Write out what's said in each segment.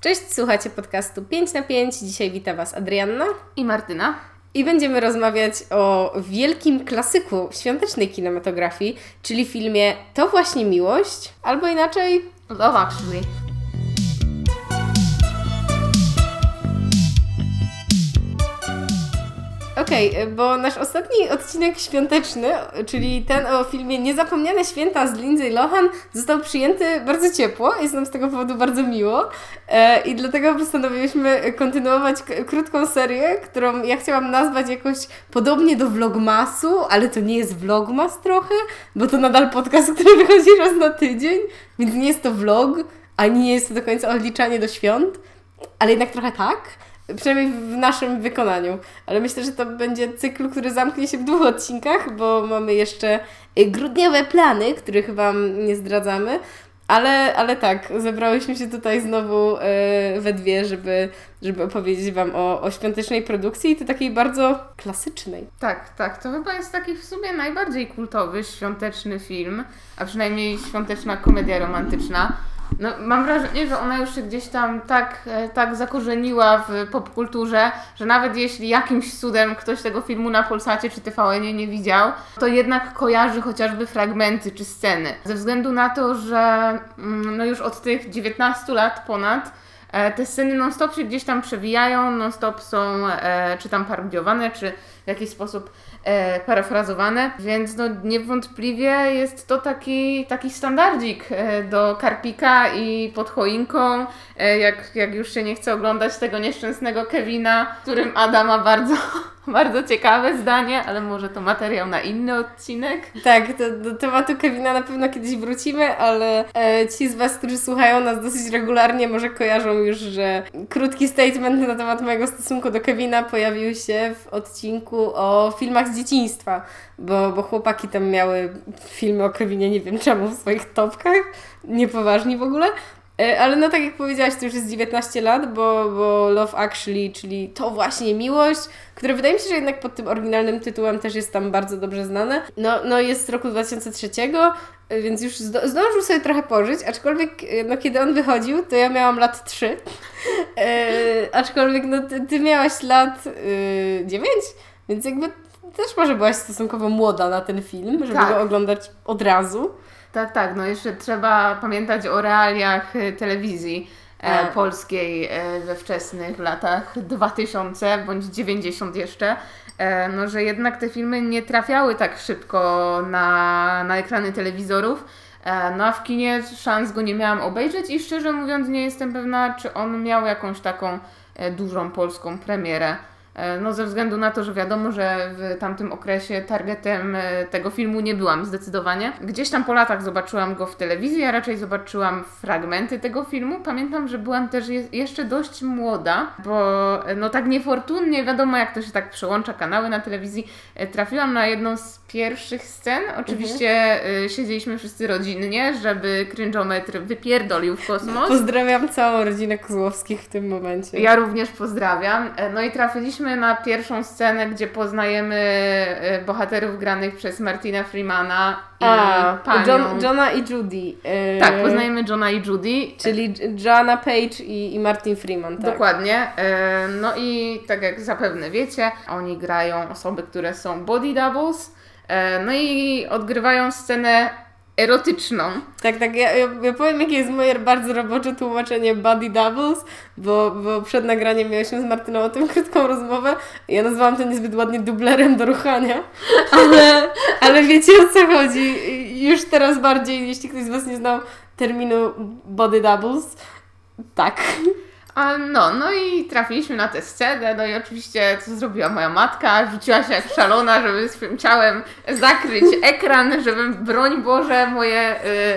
Cześć, słuchacie podcastu 5 na 5. Dzisiaj wita Was Adrianna i Martyna. I będziemy rozmawiać o wielkim klasyku świątecznej kinematografii, czyli filmie To właśnie miłość, albo inaczej Love Actually. Okej, bo nasz ostatni odcinek świąteczny, czyli ten o filmie Niezapomniane święta z Lindsay Lohan, został przyjęty bardzo ciepło. Jest nam z tego powodu bardzo miło i dlatego postanowiłyśmy kontynuować krótką serię, którą ja chciałam nazwać jakoś podobnie do Vlogmasu, ale to nie jest Vlogmas trochę, bo to nadal podcast, który wychodzi raz na tydzień, więc nie jest to vlog, ani nie jest to do końca odliczanie do świąt, ale jednak trochę tak. Przynajmniej w naszym wykonaniu. Ale myślę, że to będzie cykl, który zamknie się w 2 odcinkach, bo mamy jeszcze grudniowe plany, których Wam nie zdradzamy. Ale tak, zebrałyśmy się tutaj znowu we dwie, żeby opowiedzieć Wam o świątecznej produkcji i to takiej bardzo klasycznej. Tak. To chyba jest taki w sumie najbardziej kultowy świąteczny film, a przynajmniej świąteczna komedia romantyczna. No, mam wrażenie, że ona już się gdzieś tam tak zakorzeniła w popkulturze, że nawet jeśli jakimś cudem ktoś tego filmu na Polsacie czy TVN-ie nie widział, to jednak kojarzy chociażby fragmenty czy sceny. Ze względu na to, że no już od tych 19 lat ponad te sceny non-stop się gdzieś tam przewijają, non-stop są czy tam parodiowane, czy w jakiś sposób parafrazowane, więc no niewątpliwie jest to taki standardzik do karpika i pod choinką, jak już się nie chce oglądać tego nieszczęsnego Kevina, którym Ada ma bardzo ciekawe zdanie, ale może to materiał na inny odcinek. Tak, do tematu Kevina na pewno kiedyś wrócimy, ale ci z Was, którzy słuchają nas dosyć regularnie, może kojarzą już, że krótki statement na temat mojego stosunku do Kevina pojawił się w odcinku o filmach z dzieciństwa, bo chłopaki tam miały filmy o Kevinie, nie wiem czemu, w swoich topkach, niepoważni w ogóle. Ale no tak jak powiedziałaś, to już jest 19 lat, bo Love Actually, czyli To właśnie miłość, które wydaje mi się, że jednak pod tym oryginalnym tytułem też jest tam bardzo dobrze znane. No jest z roku 2003, więc już zdążył sobie trochę pożyć, aczkolwiek no kiedy on wychodził, to ja miałam lat 3. Aczkolwiek no ty miałaś lat 9, więc jakby też może byłaś stosunkowo młoda na ten film, żeby go oglądać od razu. Tak, no jeszcze trzeba pamiętać o realiach telewizji polskiej we wczesnych latach 2000 bądź 90 jeszcze, no że jednak te filmy nie trafiały tak szybko na ekrany telewizorów, no a w kinie szans go nie miałam obejrzeć i szczerze mówiąc nie jestem pewna, czy on miał jakąś taką dużą polską premierę. No ze względu na to, że wiadomo, że w tamtym okresie targetem tego filmu nie byłam zdecydowanie. Gdzieś tam po latach zobaczyłam go w telewizji, a raczej zobaczyłam fragmenty tego filmu. Pamiętam, że byłam też jeszcze dość młoda, bo no tak niefortunnie, wiadomo jak to się tak przełącza kanały na telewizji, trafiłam na jedną z pierwszych scen. Oczywiście siedzieliśmy wszyscy rodzinnie, żeby cringeometr wypierdolił w kosmos. Pozdrawiam całą rodzinę Kozłowskich w tym momencie. Ja również pozdrawiam. No i trafiliśmy na pierwszą scenę, gdzie poznajemy bohaterów granych przez Martina Freemana i panią... Johna i Judy. Tak, poznajemy Johna i Judy. Czyli Joanna Page i Martin Freeman. Tak. Dokładnie. No i tak jak zapewne wiecie, oni grają osoby, które są body doubles. No i odgrywają scenę erotyczną. Tak, ja powiem, jakie jest moje bardzo robocze tłumaczenie body doubles, bo przed nagraniem miałyśmy z Martyną o tym krótką rozmowę. Ja nazwałam to niezbyt ładnie dublerem do ruchania, ale wiecie o co chodzi. Już teraz bardziej, jeśli ktoś z Was nie znał terminu body doubles, tak. No i trafiliśmy na tę scenę, no i oczywiście co zrobiła moja matka? Rzuciła się jak szalona, żeby swoim ciałem zakryć ekran, żeby broń Boże moje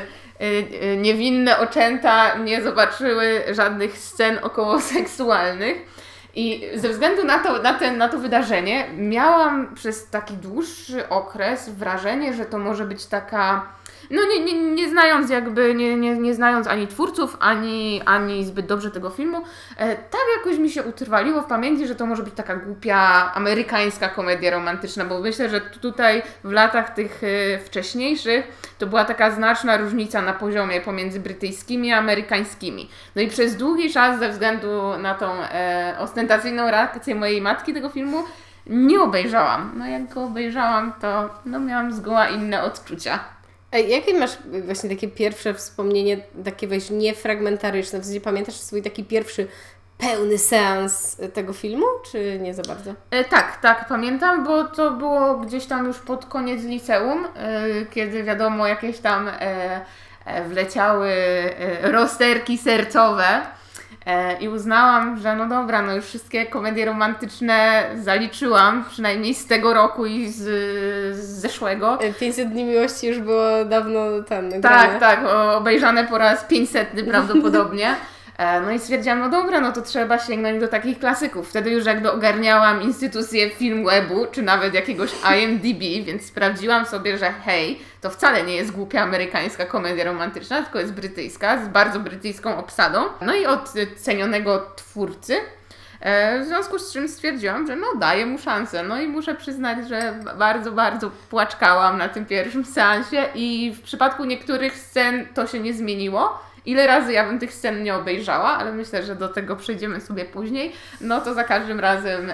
niewinne oczęta nie zobaczyły żadnych scen okołoseksualnych. I ze względu na to wydarzenie miałam przez taki dłuższy okres wrażenie, że to może być taka No nie znając jakby, nie znając ani twórców, ani zbyt dobrze tego filmu, tak jakoś mi się utrwaliło w pamięci, że to może być taka głupia amerykańska komedia romantyczna, bo myślę, że tutaj w latach tych wcześniejszych to była taka znaczna różnica na poziomie pomiędzy brytyjskimi a amerykańskimi. No i przez długi czas ze względu na tą ostentacyjną reakcję mojej matki tego filmu nie obejrzałam. No jak go obejrzałam, to miałam zgoła inne odczucia. A jakie masz właśnie takie pierwsze wspomnienie, takie weź niefragmentaryczne? W zasadzie pamiętasz swój taki pierwszy pełny seans tego filmu, czy nie za bardzo? Tak, pamiętam, bo to było gdzieś tam już pod koniec liceum, kiedy wiadomo, jakieś tam wleciały rozterki sercowe. I uznałam, że no dobra, no już wszystkie komedie romantyczne zaliczyłam, przynajmniej z tego roku i z zeszłego. 500 dni miłości już było dawno nagrane. Tak, obejrzane po raz 500 prawdopodobnie. No i stwierdziłam, no dobra, no to trzeba sięgnąć do takich klasyków. Wtedy już jakby ogarniałam instytucję Filmwebu, czy nawet jakiegoś IMDb, więc sprawdziłam sobie, że hej, to wcale nie jest głupia amerykańska komedia romantyczna, tylko jest brytyjska, z bardzo brytyjską obsadą. No i od cenionego twórcy, w związku z czym stwierdziłam, że no daję mu szansę. No i muszę przyznać, że bardzo, bardzo płaczkałam na tym pierwszym seansie i w przypadku niektórych scen to się nie zmieniło. Ile razy ja bym tych scen nie obejrzała, ale myślę, że do tego przejdziemy sobie później, no to za każdym razem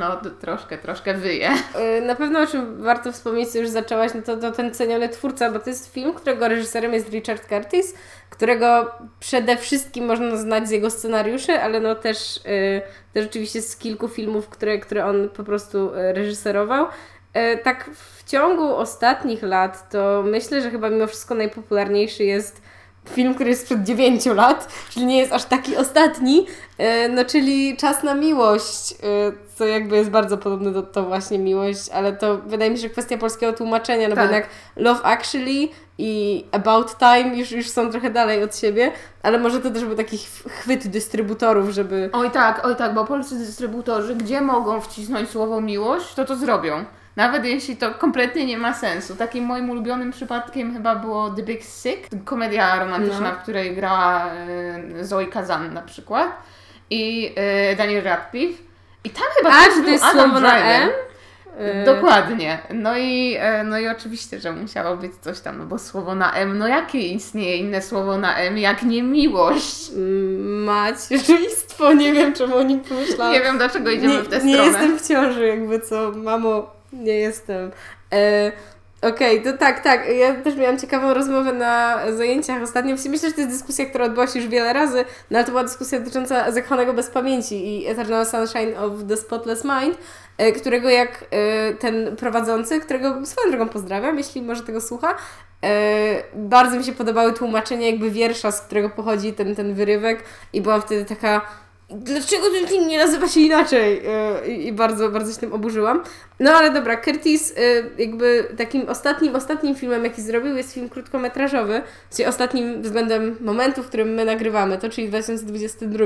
troszkę wyje. Na pewno o czym warto wspomnieć, co już zaczęłaś, no to ten ceniony twórca, bo to jest film, którego reżyserem jest Richard Curtis, którego przede wszystkim można znać z jego scenariuszy, ale no też oczywiście z kilku filmów, które on po prostu reżyserował. Tak w ciągu ostatnich lat to myślę, że chyba mimo wszystko najpopularniejszy jest film, który jest sprzed 9 lat, czyli nie jest aż taki ostatni, no czyli Czas na miłość, co jakby jest bardzo podobne do to właśnie miłość, ale to wydaje mi się, że kwestia polskiego tłumaczenia, no bo jednak Love Actually i About Time już są trochę dalej od siebie, ale może to też był taki chwyt dystrybutorów, żeby... Oj tak, bo polscy dystrybutorzy, gdzie mogą wcisnąć słowo miłość, to zrobią. Nawet jeśli to kompletnie nie ma sensu. Takim moim ulubionym przypadkiem chyba było The Big Sick, komedia romantyczna, w której grała Zoe Kazan na przykład i Daniel Radcliffe. I tam chyba też to był jest Adam słowo na Driver. M? Dokładnie. No i oczywiście, że musiało być coś tam, no bo słowo na M, no jakie istnieje inne słowo na M, jak nie miłość? Macierzyństwo, nie wiem czemu o nim pomyślałam. Nie wiem dlaczego idziemy w tę stronę. Nie jestem w ciąży, jakby co, mamo, nie jestem. Okej, to tak. Ja też miałam ciekawą rozmowę na zajęciach ostatnio. Myślę, że to jest dyskusja, która odbyła się już wiele razy, no ale to była dyskusja dotycząca Zakochanego bez pamięci i Eternal Sunshine of the Spotless Mind, którego jak ten prowadzący, którego swoją drogą pozdrawiam, jeśli może tego słucha, bardzo mi się podobały tłumaczenia jakby wiersza, z którego pochodzi ten wyrywek i byłam wtedy taka... Dlaczego ten film nie nazywa się inaczej? I bardzo, bardzo się tym oburzyłam. No ale dobra, Curtis jakby takim ostatnim filmem, jaki zrobił, jest film krótkometrażowy, czyli ostatnim względem momentu, w którym my nagrywamy to, czyli 2022.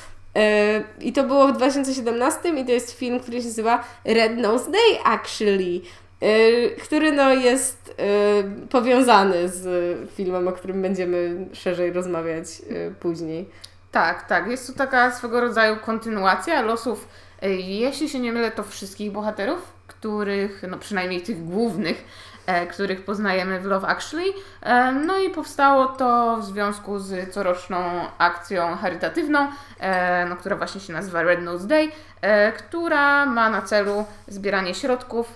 I to było w 2017 i to jest film, który się nazywa Red Nose Day Actually, który no jest powiązany z filmem, o którym będziemy szerzej rozmawiać później. Tak. Jest to taka swego rodzaju kontynuacja losów, jeśli się nie mylę, to wszystkich bohaterów, których, no przynajmniej tych głównych, których poznajemy w Love Actually. No i powstało to w związku z coroczną akcją charytatywną, no, która właśnie się nazywa Red Nose Day, która ma na celu zbieranie środków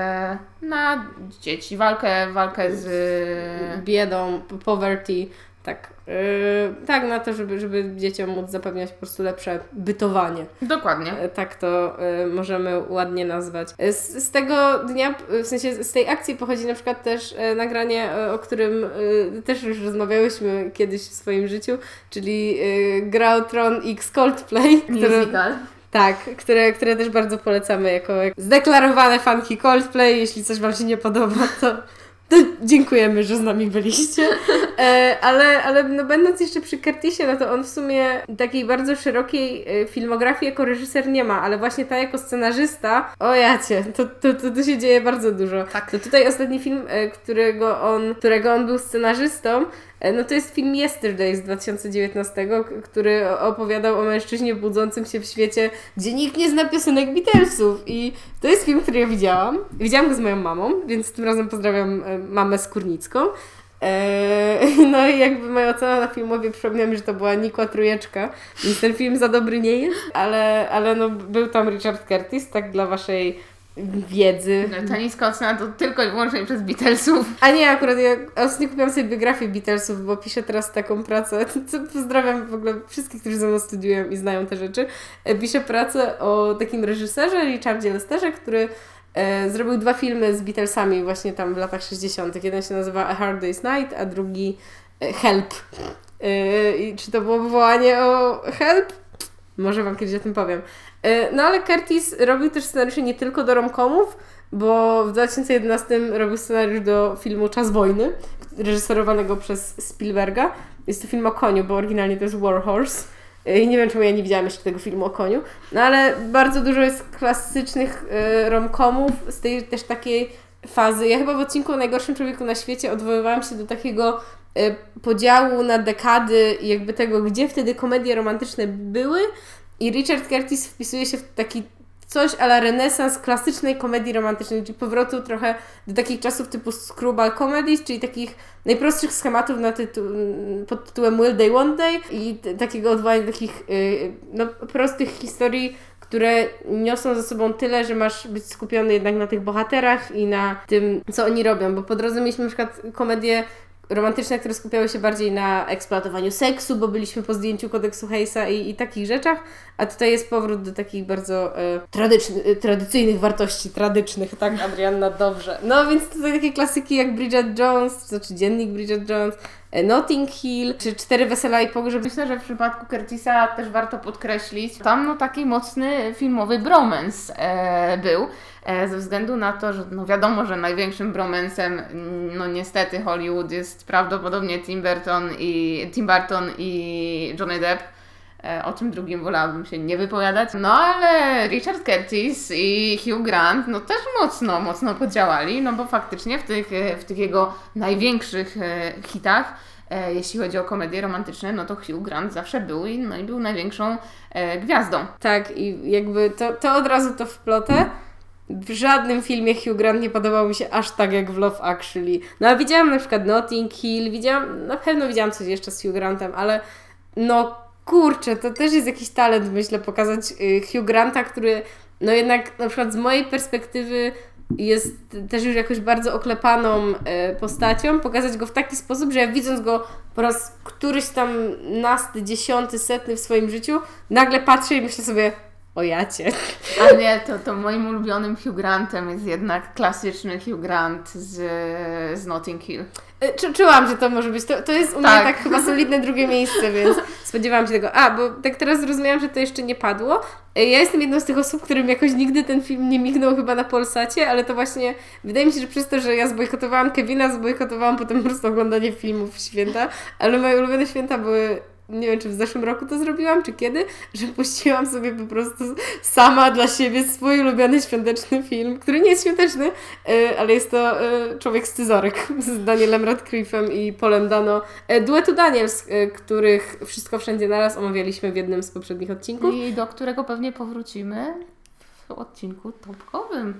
na dzieci, walkę z biedą, poverty. Tak, na to, żeby dzieciom móc zapewniać po prostu lepsze bytowanie. Dokładnie. Tak to możemy ładnie nazwać. Z tego dnia, w sensie z tej akcji pochodzi na przykład też nagranie, o którym też już rozmawiałyśmy kiedyś w swoim życiu, czyli Gra o Tron X Coldplay. Musical. Tak, które też bardzo polecamy jako zdeklarowane fanki Coldplay. Jeśli coś Wam się nie podoba, to dziękujemy, że z nami byliście. Ale no będąc jeszcze przy Curtisie, no to on w sumie takiej bardzo szerokiej filmografii jako reżyser nie ma, ale właśnie ta jako scenarzysta, o jacie, to się dzieje bardzo dużo. Tak. To tutaj ostatni film, którego on był scenarzystą, no to jest film Yesterday z 2019, który opowiadał o mężczyźnie budzącym się w świecie, gdzie nikt nie zna piosenek Beatlesów. I to jest film, który ja widziałam. Widziałam go z moją mamą, więc tym razem pozdrawiam mamę Skórnicką. No i jakby moja ocena na filmowie przypomina mi, że to była nikła trójeczka, więc ten film za dobry nie jest, ale no był tam Richard Curtis, tak dla waszej wiedzy. No, ta niska ocena to tylko i wyłącznie przez Beatlesów. A nie, akurat ja ostatnio kupiłam sobie biografię Beatlesów, bo piszę teraz taką pracę, co pozdrawiam w ogóle wszystkich, którzy ze mną studiują i znają te rzeczy. Piszę pracę o takim reżyserze, Richardzie Lesterze, który zrobił 2 filmy z Beatlesami właśnie tam w latach 60. Jeden się nazywa A Hard Day's Night, a drugi Help. I czy to było wołanie o Help? Może wam kiedyś o tym powiem. No ale Curtis robił też scenariusze nie tylko do romkomów, bo w 2011 robił scenariusz do filmu Czas wojny, reżyserowanego przez Spielberga. Jest to film o koniu, bo oryginalnie to jest War Horse. I nie wiem, czemu ja nie widziałam jeszcze tego filmu o koniu. No ale bardzo dużo jest klasycznych romkomów z tej też takiej fazy. Ja chyba w odcinku o Najgorszym Człowieku na świecie odwoływałam się do takiego podziału na dekady i jakby tego, gdzie wtedy komedie romantyczne były. I Richard Curtis wpisuje się w taki coś a la renesans klasycznej komedii romantycznej, czyli powrotu trochę do takich czasów typu screwball comedies, czyli takich najprostszych schematów pod tytułem Will They, Won't They i takiego odwołania do takich no, prostych historii, które niosą ze sobą tyle, że masz być skupiony jednak na tych bohaterach i na tym, co oni robią, bo po drodze mieliśmy na przykład komedie romantyczne, które skupiały się bardziej na eksploatowaniu seksu, bo byliśmy po zdjęciu kodeksu Hayesa i takich rzeczach, a tutaj jest powrót do takich bardzo tradycyjnych wartości, tradycznych, tak Adrianna, dobrze. No więc tutaj takie klasyki jak Bridget Jones, to znaczy Dziennik Bridget Jones, Notting Hill, czy 4 wesela i pogrzeb. Myślę, że w przypadku Curtisa też warto podkreślić, tam no taki mocny filmowy bromance był. Ze względu na to, że no wiadomo, że największym bromensem no niestety Hollywood jest prawdopodobnie Tim Burton i Johnny Depp. O tym drugim wolałabym się nie wypowiadać. No ale Richard Curtis i Hugh Grant no też mocno podziałali, no bo faktycznie w tych jego największych hitach, jeśli chodzi o komedie romantyczne, no to Hugh Grant zawsze był i był największą gwiazdą. Tak i jakby to od razu to wplotę. W żadnym filmie Hugh Grant nie podobał mi się aż tak jak w Love Actually. No a widziałam na przykład Notting Hill, na pewno widziałam coś jeszcze z Hugh Grantem, ale no kurczę, to też jest jakiś talent, myślę, pokazać Hugh Granta, który no jednak na przykład z mojej perspektywy jest też już jakoś bardzo oklepaną postacią, pokazać go w taki sposób, że ja widząc go po raz któryś tam nasty, 10., 100 w swoim życiu, nagle patrzę i myślę sobie, o jacie. A nie, to moim ulubionym Hugh Grantem jest jednak klasyczny Hugh Grant z Notting Hill. Czułam, że to może być. To jest u mnie tak chyba solidne drugie miejsce, więc spodziewałam się tego. Bo tak teraz zrozumiałam, że to jeszcze nie padło. Ja jestem jedną z tych osób, którym jakoś nigdy ten film nie mignął chyba na Polsacie, ale to właśnie wydaje mi się, że przez to, że ja zbojkotowałam Kevina, zbojkotowałam potem po prostu oglądanie filmów w święta, ale moje ulubione święta były, nie wiem, czy w zeszłym roku to zrobiłam, czy kiedy, że puściłam sobie po prostu sama dla siebie swój ulubiony świąteczny film, który nie jest świąteczny, ale jest to Człowiek Scyzoryk z Danielem Radcliffe'em i Polem Dano. Duetu Daniels, których Wszystko Wszędzie Naraz omawialiśmy w jednym z poprzednich odcinków. I do którego pewnie powrócimy w odcinku topkowym.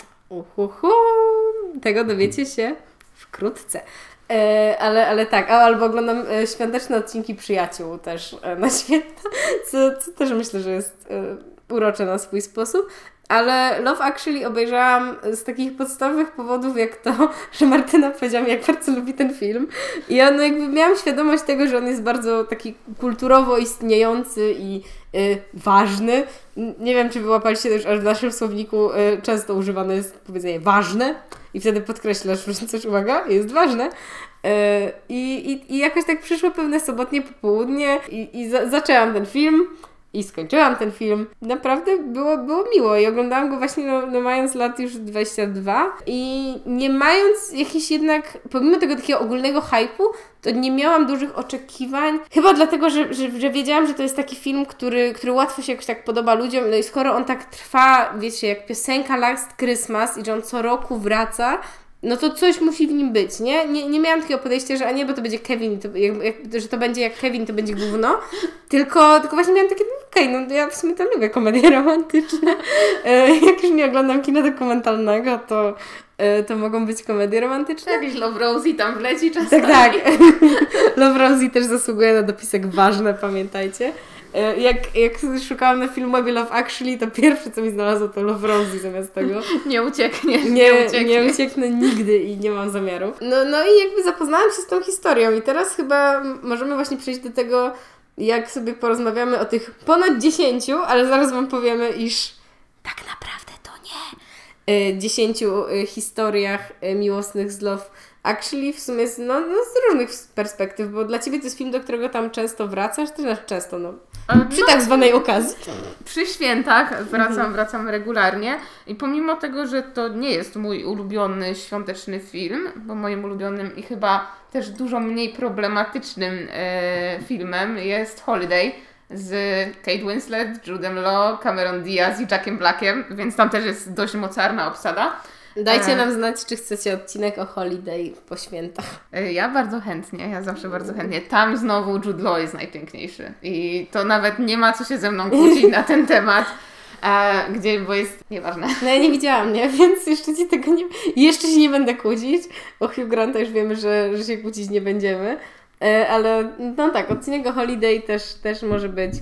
Tego dowiecie się wkrótce. Ale tak, albo oglądam świąteczne odcinki Przyjaciół też na święta, co też myślę, że jest urocze na swój sposób. Ale Love Actually obejrzałam z takich podstawowych powodów, jak to, że Martyna powiedziała mi, jak bardzo lubi ten film. I ja jakby miałam świadomość tego, że on jest bardzo taki kulturowo istniejący i ważny. Nie wiem, czy wyłapaliście też, że w naszym słowniku często używane jest powiedzenie ważne i wtedy podkreślasz, że coś, uwaga, jest ważne. I jakoś tak przyszło pewne sobotnie popołudnie i zaczęłam ten film. i skończyłam ten film. Naprawdę było miło i oglądałam go właśnie mając lat już 22 i nie mając jakichś jednak, pomimo tego takiego ogólnego hype'u, to nie miałam dużych oczekiwań. Chyba dlatego, że wiedziałam, że to jest taki film, który łatwo się jakoś tak podoba ludziom. No i skoro on tak trwa, wiecie, jak piosenka Last Christmas i że on co roku wraca, no to coś musi w nim być, nie? Nie miałam takiego podejścia, że a nie, bo to będzie Kevin, że to będzie jak Kevin, to będzie gówno. Tylko właśnie miałam takie, okej, no ja w sumie to lubię komedie romantyczne. Jak już nie oglądam kina dokumentalnego, to mogą być komedie romantyczne. Jakiś Love Rosie tam wleci czasami. Tak. Love Rosie też zasługuje na dopisek ważne, pamiętajcie. Jak szukałam na filmowie Love Actually, to pierwsze co mi znalazło to Love Rosie zamiast tego. Nie uciekniesz. Nie ucieknę nigdy i nie mam zamiaru. No i jakby zapoznałam się z tą historią i teraz chyba możemy właśnie przejść do tego, jak sobie porozmawiamy o tych ponad 10, ale zaraz Wam powiemy, iż tak naprawdę to nie 10 historiach miłosnych z Love Actually w sumie z różnych perspektyw, bo dla Ciebie to jest film, do którego tam często wracasz, też często, przy tak zwanej okazji. Przy świętach wracam regularnie i pomimo tego, że to nie jest mój ulubiony świąteczny film, bo moim ulubionym i chyba też dużo mniej problematycznym filmem jest Holiday z Kate Winslet, Judem Law, Cameron Diaz i Jackiem Blackiem, więc tam też jest dość mocarna obsada. Dajcie nam znać, czy chcecie odcinek o Holiday po świętach. Ja bardzo chętnie, ja zawsze bardzo chętnie. Tam znowu Jude Law jest najpiękniejszy i to nawet nie ma co się ze mną kłócić na ten temat, bo jest nieważne. No ja nie widziałam, nie? Więc jeszcze się nie będę kłócić. O Hugh Granta już wiemy, że się kłócić nie będziemy. Ale no tak, odcinek o Holiday też może być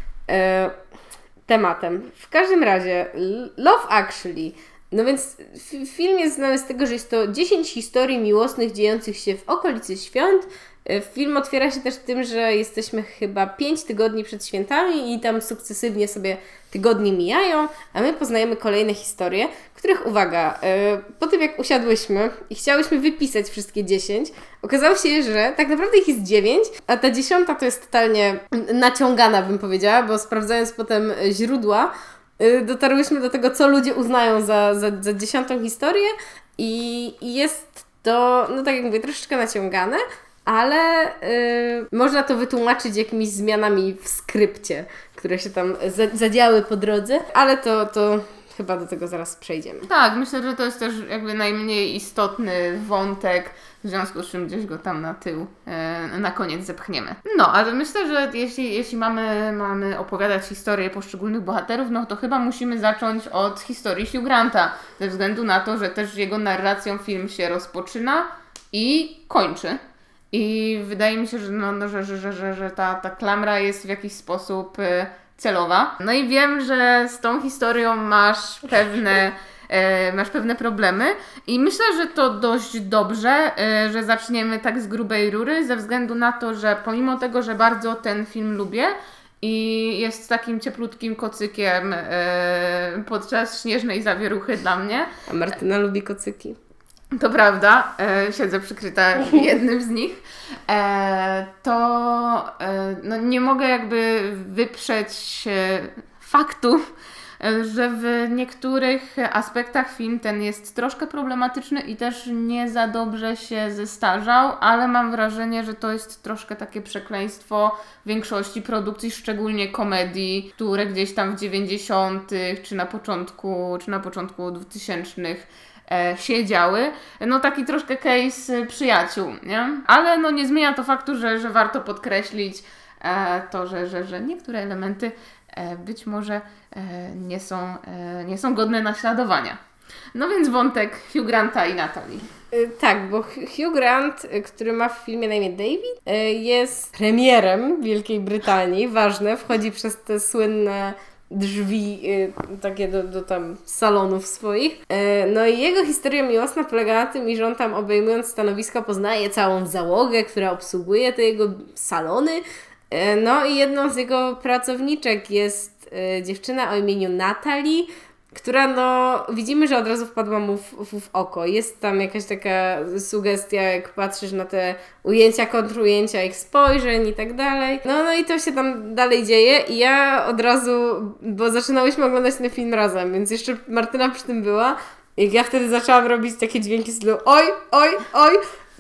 tematem. W każdym razie Love Actually. No więc film jest znany z tego, że jest to 10 historii miłosnych dziejących się w okolicy świąt. Film otwiera się też tym, że jesteśmy chyba 5 tygodni przed świętami i tam sukcesywnie sobie tygodnie mijają, a my poznajemy kolejne historie, których, uwaga, po tym jak usiadłyśmy i chciałyśmy wypisać wszystkie 10, okazało się, że tak naprawdę ich jest 9, a ta 10 to jest totalnie naciągana, bym powiedziała, bo sprawdzając potem źródła, dotarłyśmy do tego, co ludzie uznają za 10 historię i jest to, no tak jak mówię, troszeczkę naciągane, ale można to wytłumaczyć jakimiś zmianami w skrypcie, które się tam zadziały po drodze, ale to chyba do tego zaraz przejdziemy. Tak, myślę, że to jest też jakby najmniej istotny wątek, w związku z czym gdzieś go tam na tył, na koniec zepchniemy. No, ale myślę, że jeśli mamy opowiadać historię poszczególnych bohaterów, no to chyba musimy zacząć od historii Hugh Granta, ze względu na to, że też jego narracją film się rozpoczyna i kończy. I wydaje mi się, że ta klamra jest w jakiś sposób celowa. No i wiem, że z tą historią masz pewne problemy i myślę, że to dość dobrze, że zaczniemy tak z grubej rury, ze względu na to, że pomimo tego, że bardzo ten film lubię i jest takim cieplutkim kocykiem podczas śnieżnej zawieruchy dla mnie. A Martyna lubi kocyki. To prawda, siedzę przykryta jednym z nich, no nie mogę jakby wyprzeć faktu, że w niektórych aspektach film ten jest troszkę problematyczny i też nie za dobrze się zestarzał, ale mam wrażenie, że to jest troszkę takie przekleństwo większości produkcji, szczególnie komedii, które gdzieś tam w 90. czy na początku 2000 się działy. No taki troszkę case przyjaciół, nie? Ale no nie zmienia to faktu, że warto podkreślić to, że niektóre elementy być może nie są godne naśladowania. No więc wątek Hugh Granta i Natalie. Tak, bo Hugh Grant, który ma w filmie na imię David, jest premierem Wielkiej Brytanii. Ważne, wchodzi przez te słynne drzwi takie do tam salonów swoich. No i jego historia miłosna polega na tym, że on tam obejmując stanowiska poznaje całą załogę, która obsługuje te jego salony. No i jedną z jego pracowniczek jest dziewczyna o imieniu Natalie, która widzimy, że od razu wpadła mu w oko. Jest tam jakaś taka sugestia, jak patrzysz na te ujęcia, kontrujęcia ich spojrzeń i tak dalej. No i to się tam dalej dzieje i ja od razu, bo zaczynałyśmy oglądać ten film razem, więc jeszcze Martyna przy tym była. Jak ja wtedy zaczęłam robić takie dźwięki z stylu oj,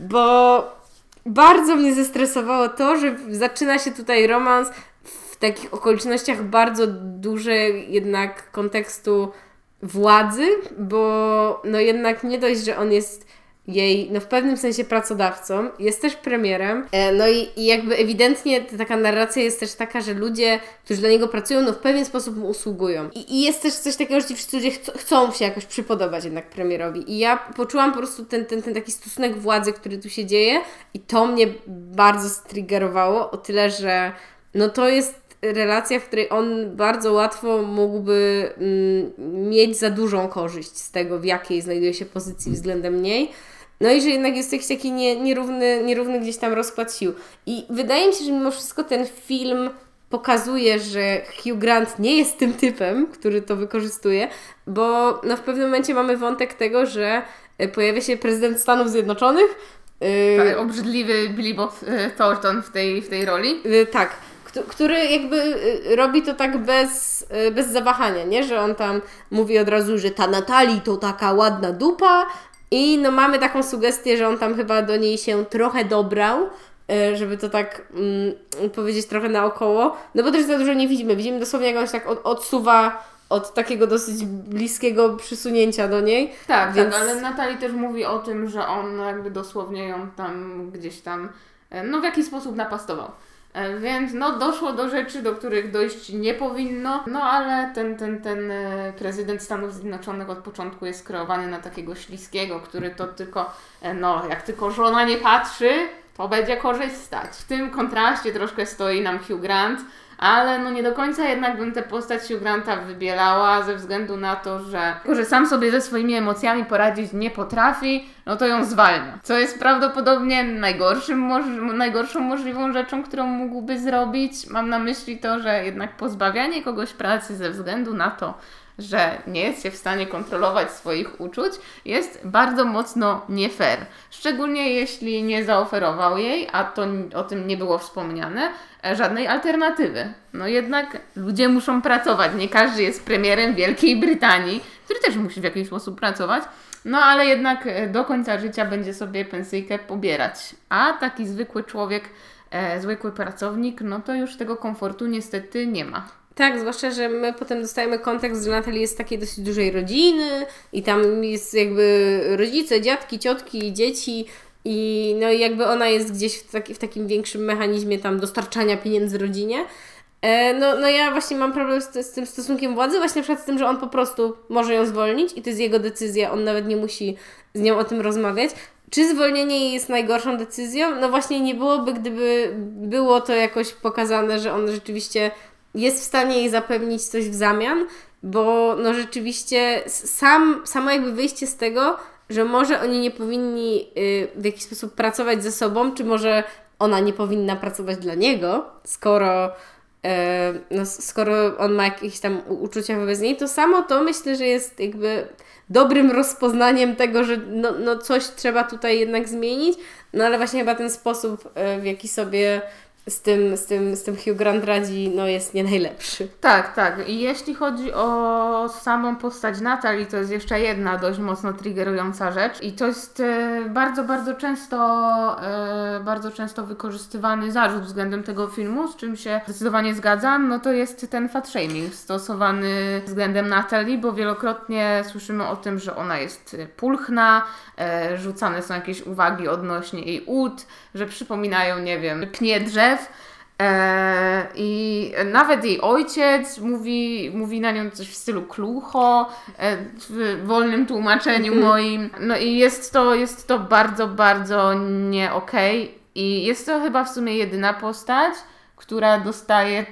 bo bardzo mnie zestresowało to, że zaczyna się tutaj romans w takich okolicznościach bardzo dużej jednak kontekstu władzy, bo jednak nie dość, że on jest jej w pewnym sensie pracodawcą, jest też premierem, i jakby ewidentnie taka narracja jest też taka, że ludzie, którzy dla niego pracują, w pewien sposób mu usługują. I jest też coś takiego, że ci wszyscy ludzie chcą się jakoś przypodobać jednak premierowi. I ja poczułam po prostu ten taki stosunek władzy, który tu się dzieje i to mnie bardzo striggerowało, o tyle, że to jest relacja, w której on bardzo łatwo mógłby mieć za dużą korzyść z tego, w jakiej znajduje się pozycji względem niej. No i że jednak jest jakiś taki nierówny gdzieś tam rozkład sił. I wydaje mi się, że mimo wszystko ten film pokazuje, że Hugh Grant nie jest tym typem, który to wykorzystuje, bo w pewnym momencie mamy wątek tego, że pojawia się prezydent Stanów Zjednoczonych. Tak, obrzydliwy Billy Bob Thornton w tej roli. Tak. Który jakby robi to tak bez zawahania, nie? Że on tam mówi od razu, że ta Natalie to taka ładna dupa i mamy taką sugestię, że on tam chyba do niej się trochę dobrał, żeby to tak powiedzieć trochę naokoło, bo też za dużo nie widzimy. Widzimy dosłownie, jak on się tak odsuwa od takiego dosyć bliskiego przysunięcia do niej. Tak, więc... tak, ale Natalie też mówi o tym, że on jakby dosłownie ją tam gdzieś tam w jakiś sposób napastował. Więc doszło do rzeczy, do których dojść nie powinno, ale ten prezydent Stanów Zjednoczonych od początku jest kreowany na takiego śliskiego, który to tylko, jak tylko żona nie patrzy, to będzie korzystać. W tym kontraście troszkę stoi nam Hugh Grant, ale nie do końca jednak bym tę postać Hugh Granta wybielała ze względu na to, że sam sobie ze swoimi emocjami poradzić nie potrafi, to ją zwalnia. Co jest prawdopodobnie najgorszą możliwą rzeczą, którą mógłby zrobić. Mam na myśli to, że jednak pozbawianie kogoś pracy ze względu na to, że nie jest się w stanie kontrolować swoich uczuć, jest bardzo mocno nie fair. Szczególnie jeśli nie zaoferował jej, a to o tym nie było wspomniane, żadnej alternatywy. Jednak ludzie muszą pracować. Nie każdy jest premierem Wielkiej Brytanii, który też musi w jakiś sposób pracować, ale jednak do końca życia będzie sobie pensyjkę pobierać. A taki zwykły człowiek, zwykły pracownik, to już tego komfortu niestety nie ma. Tak, zwłaszcza, że my potem dostajemy kontekst, że Natalie jest z takiej dosyć dużej rodziny i tam jest jakby rodzice, dziadki, ciotki, dzieci i jakby ona jest gdzieś w takim większym mechanizmie tam dostarczania pieniędzy rodzinie. Ja właśnie mam problem z tym stosunkiem władzy, właśnie na przykład z tym, że on po prostu może ją zwolnić i to jest jego decyzja, on nawet nie musi z nią o tym rozmawiać. Czy zwolnienie jej jest najgorszą decyzją? Właśnie nie byłoby, gdyby było to jakoś pokazane, że on rzeczywiście jest w stanie jej zapewnić coś w zamian, bo rzeczywiście samo jakby wyjście z tego, że może oni nie powinni w jakiś sposób pracować ze sobą, czy może ona nie powinna pracować dla niego, skoro on ma jakieś tam uczucia wobec niej, to samo to myślę, że jest jakby dobrym rozpoznaniem tego, że coś trzeba tutaj jednak zmienić, ale właśnie chyba ten sposób, w jaki sobie z tym Hugh Grant radzi, jest nie najlepszy. Tak. I jeśli chodzi o samą postać Natalie, to jest jeszcze jedna dość mocno triggerująca rzecz i to jest bardzo często wykorzystywany zarzut względem tego filmu, z czym się zdecydowanie zgadzam, to jest ten fat shaming stosowany względem Natalie, bo wielokrotnie słyszymy o tym, że ona jest pulchna, rzucane są jakieś uwagi odnośnie jej ud, że przypominają, nie wiem, pnie drzew. I nawet jej ojciec mówi na nią coś w stylu klucho, w wolnym tłumaczeniu moim. I jest to bardzo, bardzo nie okej. I jest to chyba w sumie jedyna postać, która dostaje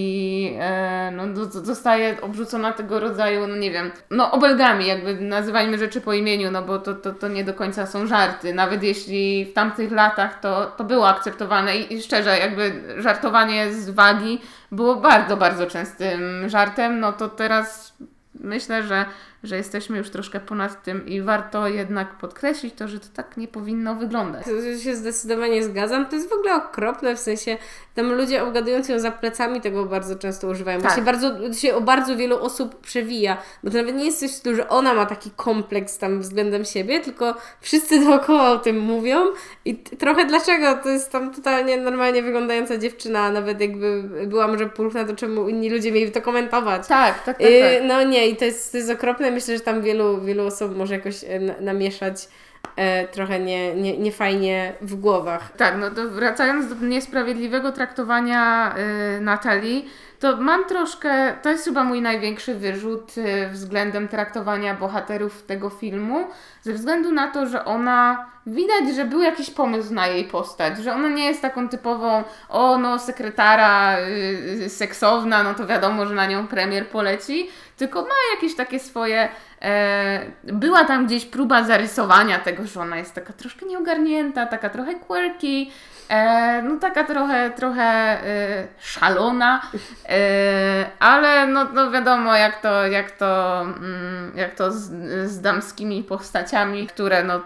zostaje obrzucona tego rodzaju, nie wiem, obelgami, jakby nazywajmy rzeczy po imieniu, bo to nie do końca są żarty. Nawet jeśli w tamtych latach to było akceptowane i szczerze, jakby żartowanie z wagi było bardzo, bardzo częstym żartem, to teraz myślę, że jesteśmy już troszkę ponad tym i warto jednak podkreślić to, że to tak nie powinno wyglądać. To się zdecydowanie zgadzam. To jest w ogóle okropne, w sensie tam ludzie obgadując ją za plecami tego bardzo często używają. Tak. To się o bardzo wielu osób przewija, bo to nawet nie jest coś w stylu, że ona ma taki kompleks tam względem siebie, tylko wszyscy dookoła o tym mówią i trochę dlaczego? To jest tam totalnie normalnie wyglądająca dziewczyna, nawet jakby była może pulchna, to czemu inni ludzie mieli to komentować. Tak. No nie, i to jest okropne. Myślę, że tam wielu osób może jakoś namieszać trochę niefajnie w głowach. Tak, no to wracając do niesprawiedliwego traktowania Natalii, to mam troszkę, to jest chyba mój największy wyrzut względem traktowania bohaterów tego filmu, ze względu na to, że ona, widać, że był jakiś pomysł na jej postać, że ona nie jest taką typową, sekretara seksowna, no to wiadomo, że na nią premier poleci, tylko ma jakieś takie swoje, była tam gdzieś próba zarysowania tego, że ona jest taka troszkę nieogarnięta, taka trochę quirky, no taka trochę szalona, ale no wiadomo jak to z damskimi postaciami, które no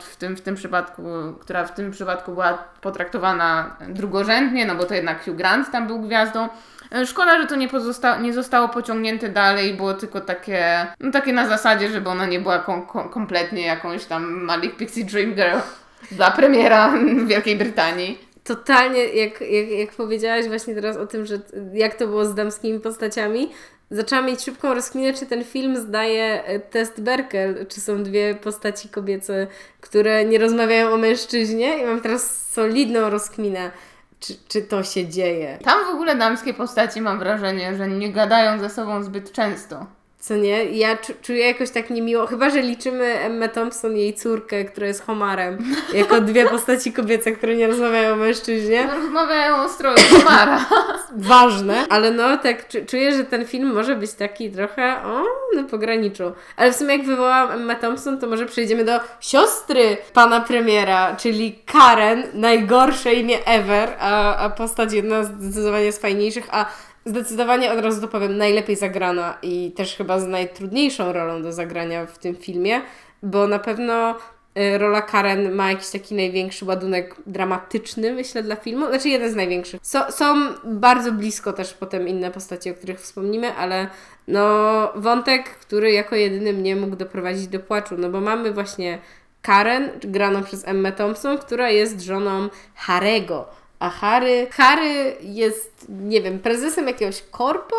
która w tym przypadku była potraktowana drugorzędnie, no bo to jednak Hugh Grant tam był gwiazdą. Szkoda, że to nie zostało pociągnięte dalej, było tylko takie na zasadzie, żeby ona nie była kompletnie jakąś tam Malik Pixie Dream Girl dla premiera w Wielkiej Brytanii. Totalnie, jak powiedziałaś właśnie teraz o tym, że jak to było z damskimi postaciami, zaczęłam mieć szybką rozkminę, czy ten film zdaje test Bechdel, czy są dwie postaci kobiece, które nie rozmawiają o mężczyźnie i mam teraz solidną rozkminę. Czy to się dzieje? Tam w ogóle damskie postaci mam wrażenie, że nie gadają ze sobą zbyt często. Co nie? Ja czuję jakoś tak niemiło, chyba że liczymy Emmę Thompson i jej córkę, która jest Homarem, jako dwie postaci kobiece, które nie rozmawiają o mężczyźnie. Rozmawiają o stroju Homara. Ważne, ale no tak czuję, że ten film może być taki trochę na pograniczu. Ale w sumie jak wywołałam Emmę Thompson, to może przejdziemy do siostry pana premiera, czyli Karen, najgorsze imię ever, a postać jedna zdecydowanie z fajniejszych, a zdecydowanie od razu to powiem, najlepiej zagrana i też chyba z najtrudniejszą rolą do zagrania w tym filmie, bo na pewno rola Karen ma jakiś taki największy ładunek dramatyczny, myślę, dla filmu. Znaczy jeden z największych. Są bardzo blisko też potem inne postacie, o których wspomnimy, ale no wątek, który jako jedyny mnie mógł doprowadzić do płaczu, no bo mamy właśnie Karen, graną przez Emmę Thompson, która jest żoną Harry'ego. A Harry jest, nie wiem, prezesem jakiegoś korpo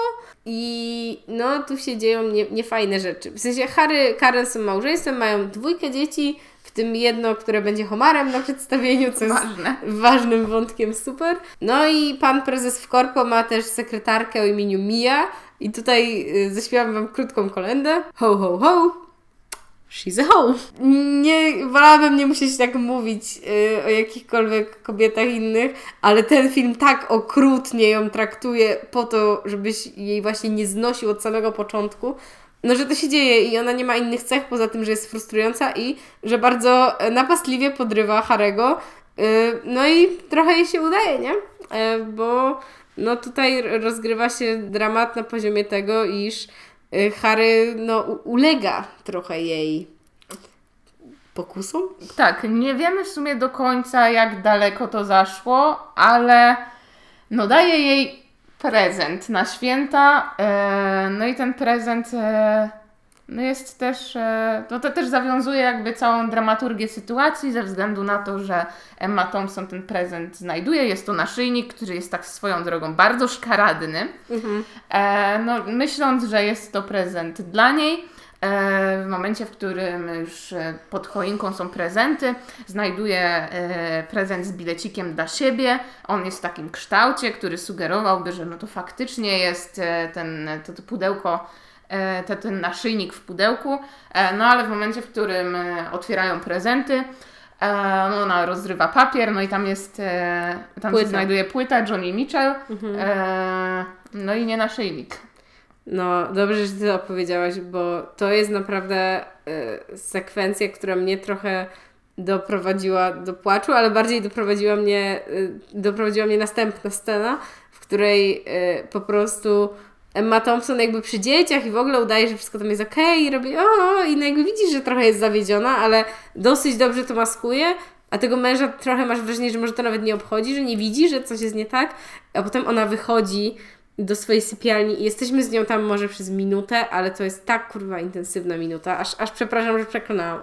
i no tu się dzieją niefajne rzeczy. W sensie Karen są małżeństwem, mają 2 dzieci, w tym jedno, które będzie Homarem na przedstawieniu, co jest ważnym wątkiem, super. No i pan prezes w korpo ma też sekretarkę o imieniu Mia i tutaj zaśpiewam wam krótką kolędę. Ho, ho, ho! She's a hoe. Wolałabym nie musieć tak mówić o jakichkolwiek kobietach innych, ale ten film tak okrutnie ją traktuje po to, żebyś jej właśnie nie znosił od samego początku, no że to się dzieje i ona nie ma innych cech poza tym, że jest frustrująca i że bardzo napastliwie podrywa Harry'ego. No i trochę jej się udaje, nie? Bo no tutaj rozgrywa się dramat na poziomie tego, iż Harry ulega trochę jej pokusom? Tak, nie wiemy w sumie do końca, jak daleko to zaszło, ale no daje jej prezent na święta, no i ten prezent no jest też, no to też zawiązuje jakby całą dramaturgię sytuacji ze względu na to, że Emma Thompson ten prezent znajduje. Jest to naszyjnik, który jest tak swoją drogą bardzo szkaradny. No, myśląc, że jest to prezent dla niej, w momencie, w którym już pod choinką są prezenty, znajduje prezent z bilecikiem dla siebie. On jest w takim kształcie, który sugerowałby, że no to faktycznie jest to pudełko, ten naszyjnik w pudełku, no ale w momencie, w którym otwierają prezenty, no ona rozrywa papier, no i tam się znajduje płyta Joni Mitchell, no i nie naszyjnik. No, dobrze, że Ty to opowiedziałaś, bo to jest naprawdę sekwencja, która mnie trochę doprowadziła do płaczu, ale bardziej doprowadziła mnie następna scena, w której po prostu Emma Thompson jakby przy dzieciach i w ogóle udaje, że wszystko tam jest okej i robi i no jakby widzisz, że trochę jest zawiedziona, ale dosyć dobrze to maskuje, a tego męża trochę masz wrażenie, że może to nawet nie obchodzi, że nie widzi, że coś jest nie tak, a potem ona wychodzi do swojej sypialni i jesteśmy z nią tam może przez minutę, ale to jest tak kurwa intensywna minuta, aż przepraszam, że przekonałam,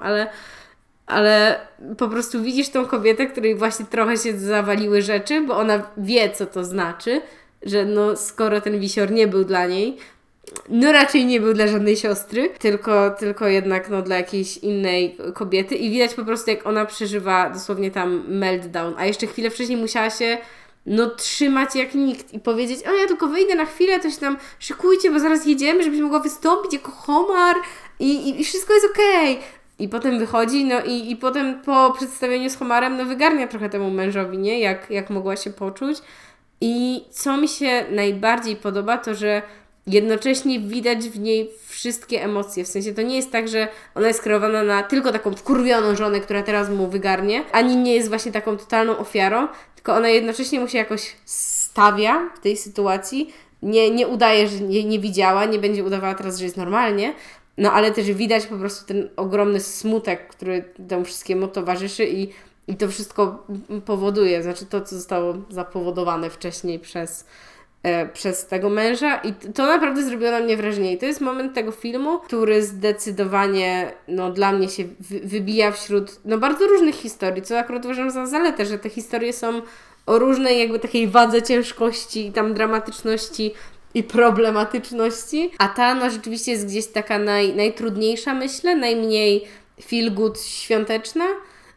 ale po prostu widzisz tą kobietę, której właśnie trochę się zawaliły rzeczy, bo ona wie, co to znaczy, że no skoro ten wisior nie był dla niej, no raczej nie był dla żadnej siostry, tylko jednak no dla jakiejś innej kobiety i widać po prostu, jak ona przeżywa dosłownie tam meltdown, a jeszcze chwilę wcześniej musiała się trzymać jak nikt i powiedzieć, ja tylko wyjdę na chwilę, to się tam szykujcie, bo zaraz jedziemy, żebyś mogła wystąpić jako homar i wszystko jest okej. I potem wychodzi, i potem po przedstawieniu z homarem, wygarnia trochę temu mężowi, nie? Jak mogła się poczuć. I co mi się najbardziej podoba, to że jednocześnie widać w niej wszystkie emocje. W sensie to nie jest tak, że ona jest kreowana na tylko taką wkurwioną żonę, która teraz mu wygarnie, ani nie jest właśnie taką totalną ofiarą, tylko ona jednocześnie mu się jakoś stawia w tej sytuacji, nie udaje, że nie widziała, nie będzie udawała teraz, że jest normalnie, ale też widać po prostu ten ogromny smutek, który temu wszystkiemu towarzyszy i to wszystko powoduje, znaczy to, co zostało zapowodowane wcześniej przez tego męża i to naprawdę zrobiło na mnie wrażenie. I to jest moment tego filmu, który zdecydowanie dla mnie się wybija wśród bardzo różnych historii, co akurat uważam za zaletę, że te historie są o różnej jakby takiej wadze ciężkości i tam dramatyczności i problematyczności, a ta rzeczywiście jest gdzieś taka najtrudniejsza, myślę, najmniej feel good świąteczna,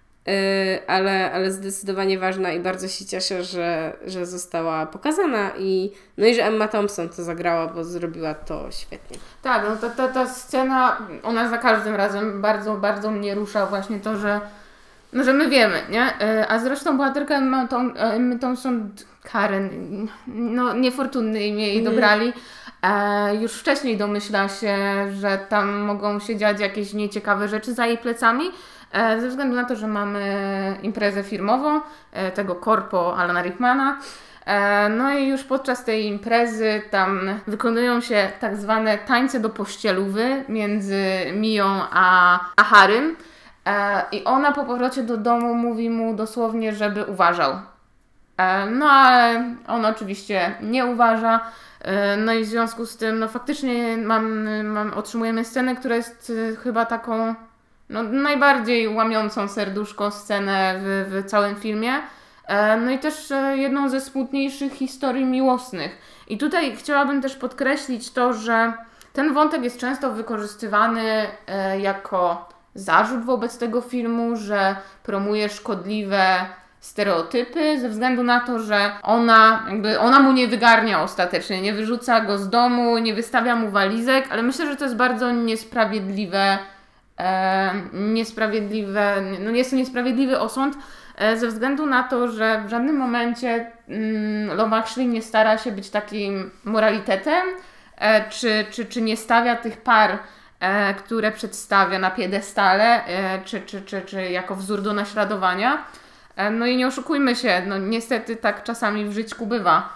ale zdecydowanie ważna i bardzo się cieszę, że została pokazana i że Emma Thompson to zagrała, bo zrobiła to świetnie. Tak, ta scena, ona za każdym razem bardzo, bardzo mnie rusza właśnie to, że my wiemy, nie? A zresztą bohaterka Emma Thompson, Karen, niefortunny imię jej dobrali, już wcześniej domyśla się, że tam mogą się dziać jakieś nieciekawe rzeczy za jej plecami, ze względu na to, że mamy imprezę firmową tego korpo Alana Rickmana. I już podczas tej imprezy tam wykonują się tak zwane tańce do pościelówy między Mią a Harrym. I ona po powrocie do domu mówi mu dosłownie, żeby uważał. Ale on oczywiście nie uważa. I w związku z tym faktycznie otrzymujemy scenę, która jest chyba taką najbardziej łamiącą serduszko scenę w całym filmie. I też jedną ze smutniejszych historii miłosnych. I tutaj chciałabym też podkreślić to, że ten wątek jest często wykorzystywany jako zarzut wobec tego filmu, że promuje szkodliwe stereotypy ze względu na to, że ona mu nie wygarnia ostatecznie, nie wyrzuca go z domu, nie wystawia mu walizek, ale myślę, że to jest bardzo niesprawiedliwy jest to niesprawiedliwy osąd ze względu na to, że w żadnym momencie Love Actually nie stara się być takim moralitetem, czy nie stawia tych par, które przedstawia na piedestale, czy jako wzór do naśladowania. I nie oszukujmy się, niestety tak czasami w życiu bywa.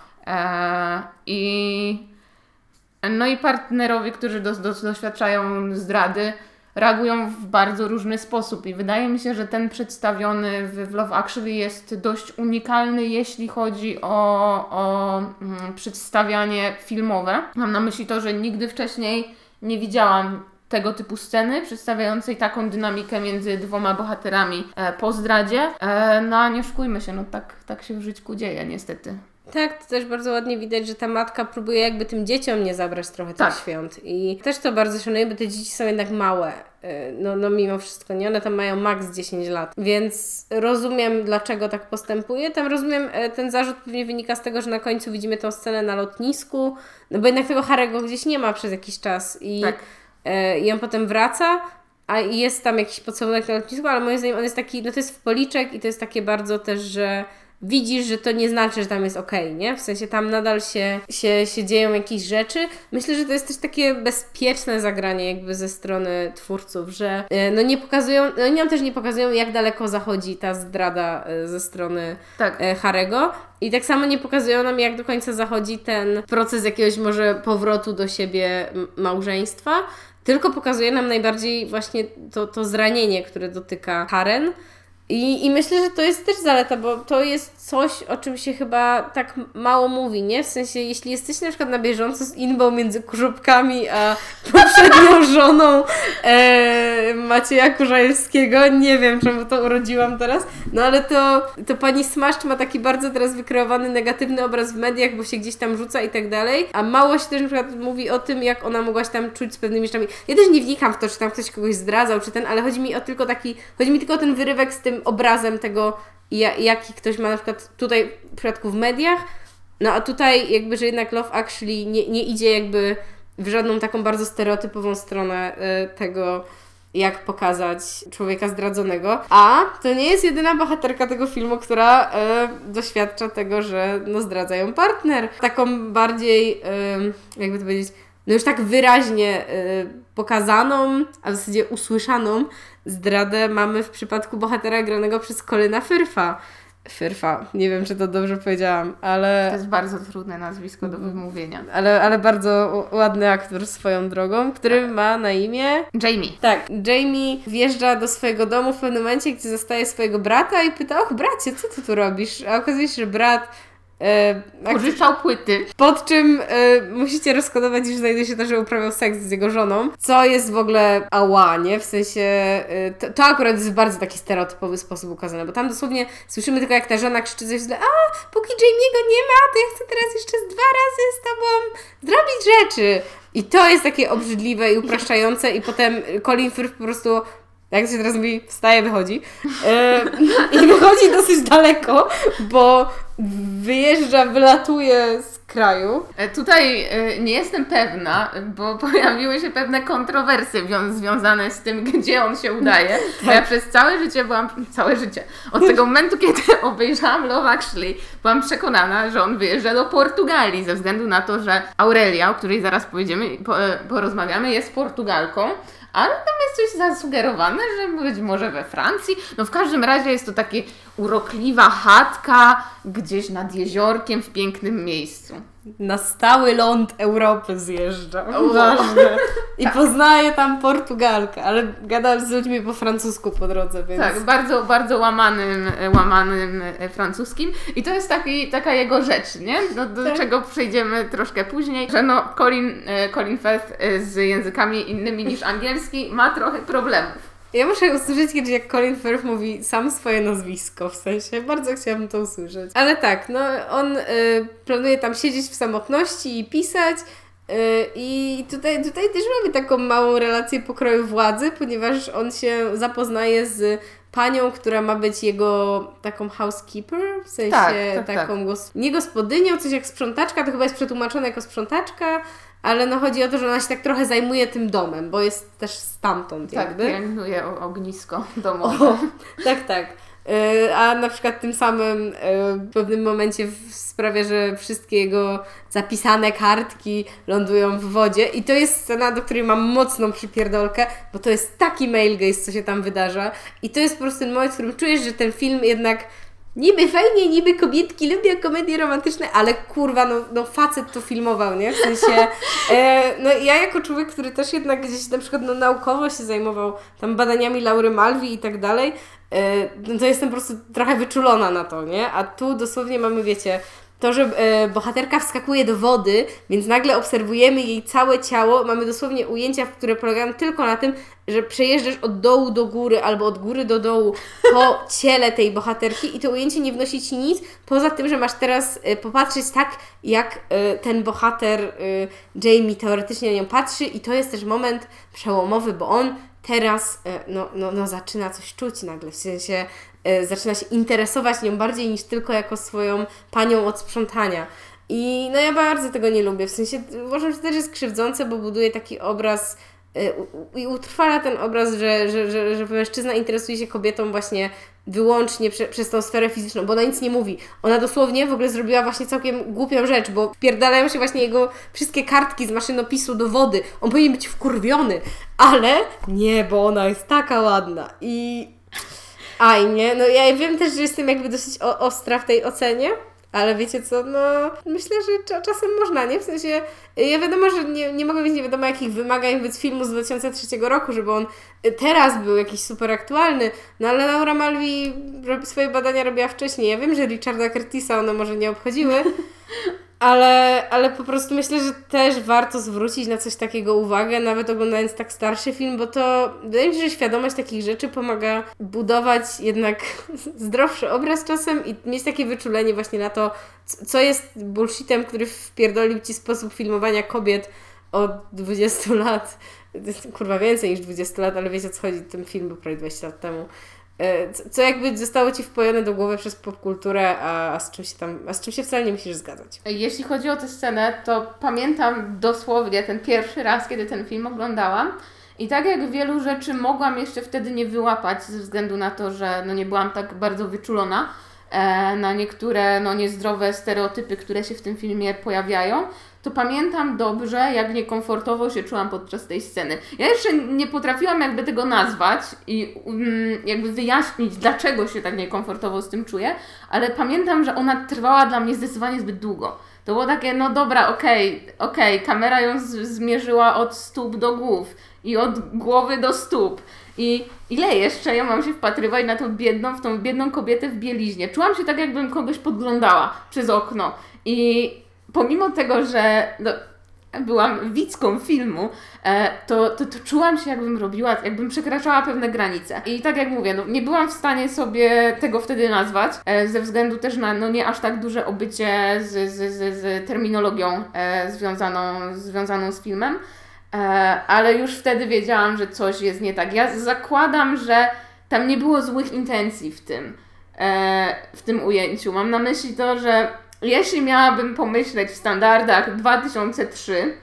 I partnerowie, którzy doświadczają zdrady, reagują w bardzo różny sposób i wydaje mi się, że ten przedstawiony w Love Actually jest dość unikalny, jeśli chodzi o przedstawianie filmowe. Mam na myśli to, że nigdy wcześniej nie widziałam tego typu sceny przedstawiającej taką dynamikę między dwoma bohaterami po zdradzie. A nie oszukujmy się, tak się w życiu dzieje niestety. Tak, to też bardzo ładnie widać, że ta matka próbuje jakby tym dzieciom nie zabrać trochę tych świąt. I też to bardzo szanuję, bo te dzieci są jednak małe. Mimo wszystko, nie? One tam mają maks 10 lat. Więc rozumiem, dlaczego tak postępuje. Tam rozumiem, ten zarzut pewnie wynika z tego, że na końcu widzimy tą scenę na lotnisku, bo jednak tego Harry'ego gdzieś nie ma przez jakiś czas. I on potem wraca, a jest tam jakiś pocałunek na lotnisku, ale moim zdaniem on jest taki, to jest w policzek i to jest takie bardzo też, że widzisz, że to nie znaczy, że tam jest okej, nie? W sensie tam nadal się dzieją jakieś rzeczy. Myślę, że to jest też takie bezpieczne zagranie jakby ze strony twórców, że no nie pokazują, no i nam też nie pokazują, jak daleko zachodzi ta zdrada ze strony Harry'ego. I tak samo nie pokazują nam, jak do końca zachodzi ten proces jakiegoś może powrotu do siebie małżeństwa, tylko pokazuje nam najbardziej właśnie to zranienie, które dotyka Karen. I myślę, że to jest też zaleta, bo to jest coś, o czym się chyba tak mało mówi, nie? W sensie, jeśli jesteście na przykład na bieżąco z inbą między Kurzopkami a poprzednią żoną Macieja Kurzajewskiego, nie wiem, czemu to urodziłam teraz, no ale to pani Smaszcz ma taki bardzo teraz wykreowany negatywny obraz w mediach, bo się gdzieś tam rzuca i tak dalej, a mało się też na przykład mówi o tym, jak ona mogła się tam czuć z pewnymi rzeczami. Ja też nie wnikam w to, czy tam ktoś kogoś zdradzał, czy ale chodzi mi tylko o ten wyrywek z tym obrazem tego, jaki ktoś ma na przykład tutaj w przypadku w mediach, no a tutaj jakby, że jednak Love Actually nie idzie jakby w żadną taką bardzo stereotypową stronę tego, jak pokazać człowieka zdradzonego. A to nie jest jedyna bohaterka tego filmu, która doświadcza tego, że no zdradzają partner. Taką bardziej, jakby to powiedzieć, no już tak wyraźnie pokazaną, a w zasadzie usłyszaną zdradę mamy w przypadku bohatera granego przez Colina Firtha. Nie wiem, czy to dobrze powiedziałam, ale... To jest bardzo trudne nazwisko do wymówienia. Ale bardzo ładny aktor swoją drogą, który ma na imię... Jamie. Tak, Jamie wjeżdża do swojego domu w pewnym momencie, gdzie zastaje swojego brata i pyta: och bracie, co ty tu robisz? A okazuje się, że brat pożyczał płyty. Pod czym musicie rozkodować, iż znajduje się to, że uprawiał seks z jego żoną, co jest w ogóle ała, nie? W sensie to akurat jest w bardzo taki stereotypowy sposób ukazane, bo tam dosłownie słyszymy tylko, jak ta żona krzyczy coś źle: a póki Jamie'ego nie ma, to ja chcę teraz jeszcze 2 razy z tobą zrobić rzeczy. I to jest takie obrzydliwe i upraszczające i potem Colin Firth po prostu, jak się teraz mówi, wstaje, wychodzi. I wychodzi dosyć daleko, bo wylatuje z kraju. Tutaj nie jestem pewna, bo pojawiły się pewne kontrowersje związane z tym, gdzie on się udaje. Bo ja przez całe życie, od tego momentu, kiedy obejrzałam Love Actually, byłam przekonana, że on wyjeżdża do Portugalii, ze względu na to, że Aurelia, o której zaraz porozmawiamy, jest Portugalką. Ale tam jest coś zasugerowane, że być może we Francji. No w każdym razie jest to takie urokliwa chatka gdzieś nad jeziorkiem w pięknym miejscu. Na stały ląd Europy zjeżdża. Ważne. I poznaje tam Portugalkę, ale gada z ludźmi po francusku po drodze, więc... Tak, bardzo, bardzo łamanym francuskim. I to jest taka jego rzecz, nie? No, do czego przejdziemy troszkę później, że no Colin Firth z językami innymi niż angielski ma trochę problemów. Ja muszę usłyszeć kiedyś, jak Colin Firth mówi sam swoje nazwisko, w sensie. Bardzo chciałabym to usłyszeć. Ale tak, no on planuje tam siedzieć w samotności i pisać. I tutaj też mamy taką małą relację pokroju władzy, ponieważ on się zapoznaje z panią, która ma być jego taką housekeeper, w sensie taką nie gospodynią, coś jak sprzątaczka, to chyba jest przetłumaczone jako sprzątaczka, ale no chodzi o to, że ona się tak trochę zajmuje tym domem, bo jest też stamtąd jakby. Tak, pielęgnuje ognisko domowe. Tak. A na przykład tym samym w pewnym momencie sprawia, że wszystkie jego zapisane kartki lądują w wodzie i to jest scena, do której mam mocną przypierdolkę, bo to jest taki male gaze, co się tam wydarza i to jest po prostu ten moment, w którym czujesz, że ten film jednak niby fajnie, niby kobietki lubią komedie romantyczne, ale kurwa, no facet to filmował, nie? W sensie, no ja jako człowiek, który też jednak gdzieś na przykład naukowo się zajmował tam badaniami Laury Malvi i tak dalej, no to jestem po prostu trochę wyczulona na to, nie? A tu dosłownie mamy, wiecie, to, że bohaterka wskakuje do wody, więc nagle obserwujemy jej całe ciało, mamy dosłownie ujęcia, które polegają tylko na tym, że przejeżdżasz od dołu do góry albo od góry do dołu po ciele tej bohaterki i to ujęcie nie wnosi Ci nic, poza tym, że masz teraz popatrzeć tak, jak ten bohater Jamie teoretycznie na nią patrzy i to jest też moment przełomowy, bo on teraz zaczyna coś czuć nagle, w sensie zaczyna się interesować nią bardziej niż tylko jako swoją panią od sprzątania. I no ja bardzo tego nie lubię, w sensie uważam, że to też jest krzywdzące, bo buduje taki obraz i utrwala ten obraz, że mężczyzna interesuje się kobietą właśnie wyłącznie przez tą sferę fizyczną, bo ona nic nie mówi. Ona dosłownie w ogóle zrobiła właśnie całkiem głupią rzecz, bo wpierdalają się właśnie jego wszystkie kartki z maszynopisu do wody. On powinien być wkurwiony, ale nie, bo ona jest taka ładna i... Aj, nie? No ja wiem też, że jestem jakby dosyć ostra w tej ocenie, ale wiecie co, no myślę, że czasem można, nie? W sensie, ja wiadomo, że nie mogę mieć nie wiadomo jakich wymagań wobec filmu z 2003 roku, żeby on teraz był jakiś super aktualny, no ale Laura Mulvey swoje badania robiła wcześniej. Ja wiem, że Richarda Curtisa one może nie obchodziły, ale po prostu myślę, że też warto zwrócić na coś takiego uwagę, nawet oglądając tak starszy film, bo to wydaje mi się, że świadomość takich rzeczy pomaga budować jednak zdrowszy obraz czasem i mieć takie wyczulenie właśnie na to, co jest bullshitem, który wpierdolił Ci sposób filmowania kobiet od 20 lat. To jest kurwa więcej niż 20 lat, ale wiecie o co chodzi, ten film był prawie 20 lat temu. Co jakby zostało Ci wpojone do głowy przez popkulturę, a z czym się wcale nie musisz zgadzać. Jeśli chodzi o tę scenę, to pamiętam dosłownie ten pierwszy raz, kiedy ten film oglądałam i tak jak wielu rzeczy mogłam jeszcze wtedy nie wyłapać ze względu na to, że nie byłam tak bardzo wyczulona na niektóre niezdrowe stereotypy, które się w tym filmie pojawiają, to pamiętam dobrze, jak niekomfortowo się czułam podczas tej sceny. Ja jeszcze nie potrafiłam jakby tego nazwać i jakby wyjaśnić, dlaczego się tak niekomfortowo z tym czuję, ale pamiętam, że ona trwała dla mnie zdecydowanie zbyt długo. To było takie, no dobra, okej, kamera ją zmierzyła od stóp do głów i od głowy do stóp. I ile jeszcze ja mam się wpatrywać na w tą biedną kobietę w bieliźnie? Czułam się tak, jakbym kogoś podglądała przez okno. I pomimo tego, że byłam widzką filmu, to czułam się, jakbym przekraczała pewne granice. I tak jak mówię, nie byłam w stanie sobie tego wtedy nazwać, ze względu też na nie aż tak duże obycie z terminologią związaną z filmem. Ale już wtedy wiedziałam, że coś jest nie tak. Ja zakładam, że tam nie było złych intencji w tym ujęciu. Mam na myśli to, że jeśli miałabym pomyśleć w standardach 2003,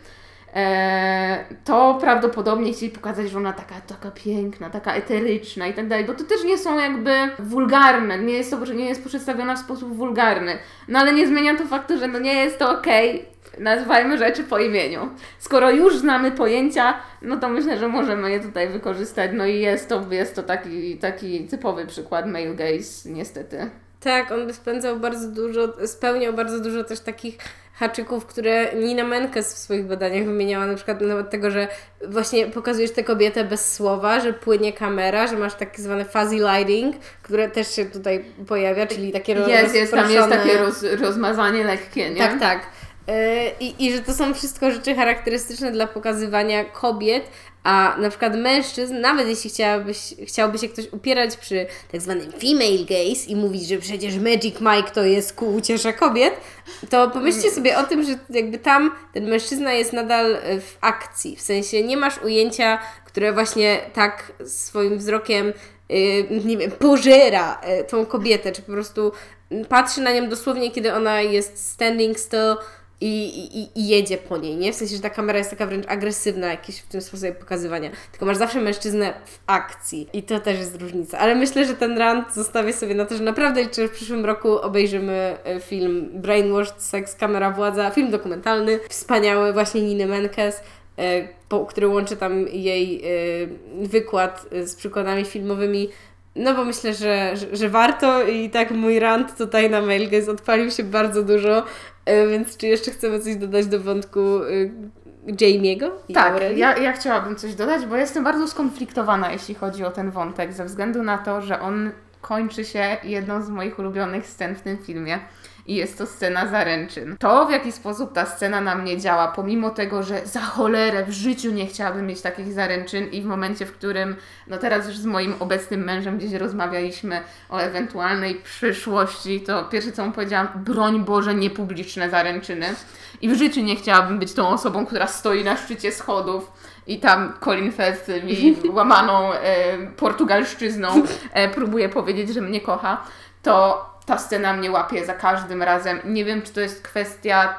to prawdopodobnie chcieli pokazać, że ona taka piękna, taka eteryczna i tak dalej, bo to też nie są jakby wulgarne, nie jest przedstawiona w sposób wulgarny, no ale nie zmienia to faktu, że nie jest to okej. Nazywajmy rzeczy po imieniu. Skoro już znamy pojęcia, no to myślę, że możemy je tutaj wykorzystać. No i jest to taki typowy przykład male gaze, niestety. Tak, on spełniał bardzo dużo też takich haczyków, które Nina Menkes w swoich badaniach wymieniała, na przykład nawet tego, że właśnie pokazujesz tę kobietę bez słowa, że płynie kamera, że masz tak zwane fuzzy lighting, które też się tutaj pojawia, czyli takie tam jest takie rozmazanie lekkie, nie? Tak. I że to są wszystko rzeczy charakterystyczne dla pokazywania kobiet, a na przykład mężczyzn, nawet jeśli chciałby się ktoś upierać przy tak zwanym female gaze i mówić, że przecież Magic Mike to jest ku uciesze kobiet, to pomyślcie sobie o tym, że jakby tam ten mężczyzna jest nadal w akcji, w sensie nie masz ujęcia, które właśnie tak swoim wzrokiem nie wiem, pożera tą kobietę, czy po prostu patrzy na nią dosłownie, kiedy ona jest standing still i jedzie po niej, nie? W sensie, że ta kamera jest taka wręcz agresywna jakiś w tym sposobie pokazywania. Tylko masz zawsze mężczyznę w akcji i to też jest różnica. Ale myślę, że ten rant zostawię sobie na to, że naprawdę liczę, że w przyszłym roku obejrzymy film Brainwashed Sex, Kamera Władza, film dokumentalny, wspaniały właśnie Niny Menkes, który łączy tam jej wykład z przykładami filmowymi. No bo myślę, że warto i tak mój rant tutaj na Male Gaze odpalił się bardzo dużo, więc czy jeszcze chcemy coś dodać do wątku Jamie'ego? Tak, ja chciałabym coś dodać, bo jestem bardzo skonfliktowana, jeśli chodzi o ten wątek, ze względu na to, że on kończy się jedną z moich ulubionych scen w tym filmie. I jest to scena zaręczyn. To, w jaki sposób ta scena na mnie działa, pomimo tego, że za cholerę w życiu nie chciałabym mieć takich zaręczyn i w momencie, w którym, teraz już z moim obecnym mężem gdzieś rozmawialiśmy o ewentualnej przyszłości, to pierwsze co mu powiedziałam, broń Boże, niepubliczne zaręczyny. I w życiu nie chciałabym być tą osobą, która stoi na szczycie schodów i tam Colin Firth mi łamaną portugalszczyzną próbuje powiedzieć, że mnie kocha. To ta scena mnie łapie za każdym razem. Nie wiem, czy to jest kwestia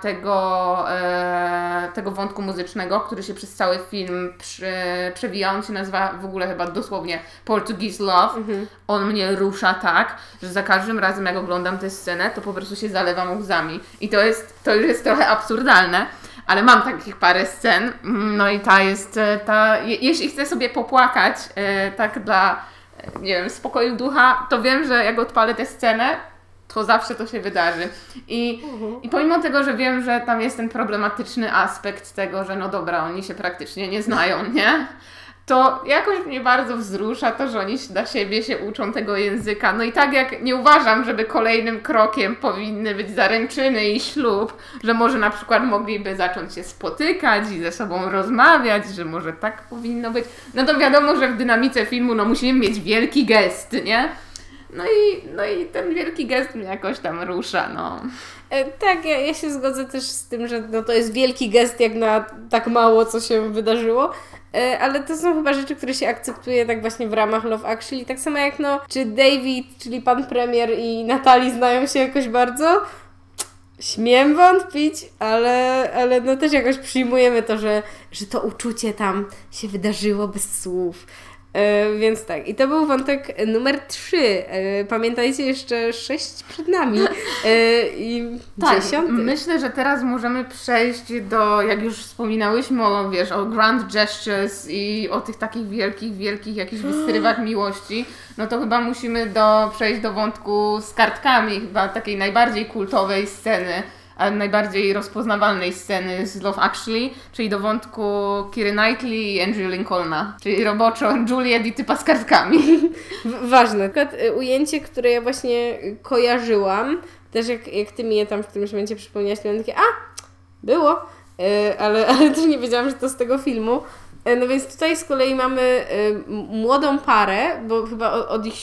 tego wątku muzycznego, który się przez cały film przewija. On się nazywa w ogóle chyba dosłownie Portuguese Love. On mnie rusza tak, że za każdym razem jak oglądam tę scenę, to po prostu się zalewam łzami. I to już jest trochę absurdalne. Ale mam takich parę scen, no i ta jest, jeśli chcę sobie popłakać, tak dla, nie wiem, spokoju ducha, to wiem, że jak odpalę tę scenę, to zawsze to się wydarzy. I pomimo tego, że wiem, że tam jest ten problematyczny aspekt tego, że no dobra, oni się praktycznie nie znają, nie? To jakoś mnie bardzo wzrusza to, że oni dla siebie się uczą tego języka. No i tak jak nie uważam, żeby kolejnym krokiem powinny być zaręczyny i ślub, że może na przykład mogliby zacząć się spotykać i ze sobą rozmawiać, że może tak powinno być. No to wiadomo, że w dynamice filmu no musimy mieć wielki gest, nie? No i ten wielki gest mnie jakoś tam rusza, no. Tak, ja się zgodzę też z tym, że no to jest wielki gest jak na tak mało, co się wydarzyło. Ale to są chyba rzeczy, które się akceptuje tak właśnie w ramach Love Actually. Tak samo jak no, czy David, czyli pan premier i Natalie znają się jakoś bardzo? Śmiem wątpić, ale no też jakoś przyjmujemy to, że to uczucie tam się wydarzyło bez słów. Więc tak, i to był wątek numer 3. Pamiętajcie, jeszcze 6 przed nami. I tak, 10. Myślę, że teraz możemy przejść do, jak już wspominałyśmy o grand gestures i o tych takich wielkich jakichś wystyrywach miłości, no to chyba musimy przejść do wątku z kartkami, chyba takiej najbardziej kultowej sceny, a najbardziej rozpoznawalnej sceny z Love Actually, czyli do wątku Keira Knightley i Andrew Lincolna, czyli roboczo Juliet i typa z kartkami. Ważne. Na przykład ujęcie, które ja właśnie kojarzyłam, też jak Ty mi je tam w którymś momencie przypomniałaś, miałam takie, było, ale też nie wiedziałam, że to z tego filmu. No więc tutaj z kolei mamy młodą parę, bo chyba od ich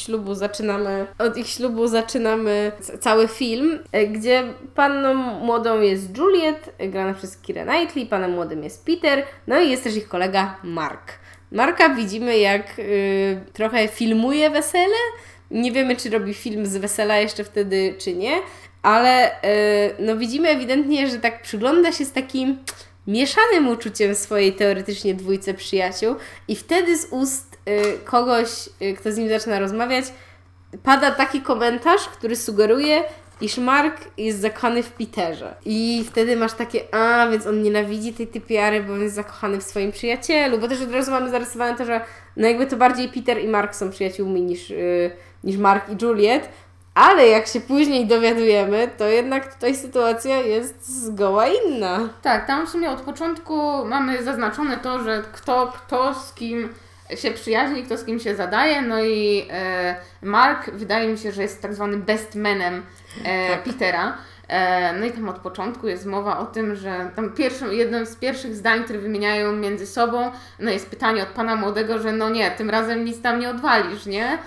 ślubu zaczynamy cały film, gdzie panną młodą jest Juliet, grana przez Keira Knightley, panem młodym jest Peter, no i jest też ich kolega Mark. Marka widzimy, jak trochę filmuje wesele. Nie wiemy, czy robi film z wesela jeszcze wtedy, czy nie, ale no widzimy ewidentnie, że tak przygląda się z takim mieszanym uczuciem swojej teoretycznie dwójce przyjaciół i wtedy z ust kogoś, kto z nim zaczyna rozmawiać, pada taki komentarz, który sugeruje, iż Mark jest zakochany w Peterze. I wtedy masz takie, więc on nienawidzi tej typiary, bo on jest zakochany w swoim przyjacielu, bo też od razu mamy zarysowane to, że no jakby to bardziej Peter i Mark są przyjaciółmi niż Mark i Juliet. Ale jak się później dowiadujemy, to jednak tutaj sytuacja jest zgoła inna. Tak, tam w sumie od początku mamy zaznaczone to, że kto z kim się przyjaźni, kto z kim się zadaje, no i Mark wydaje mi się, że jest tak zwanym best manem Petera. No i tam od początku jest mowa o tym, że tam jednym z pierwszych zdań, które wymieniają między sobą, no jest pytanie od pana młodego, że no nie, tym razem nic tam nie odwalisz, nie?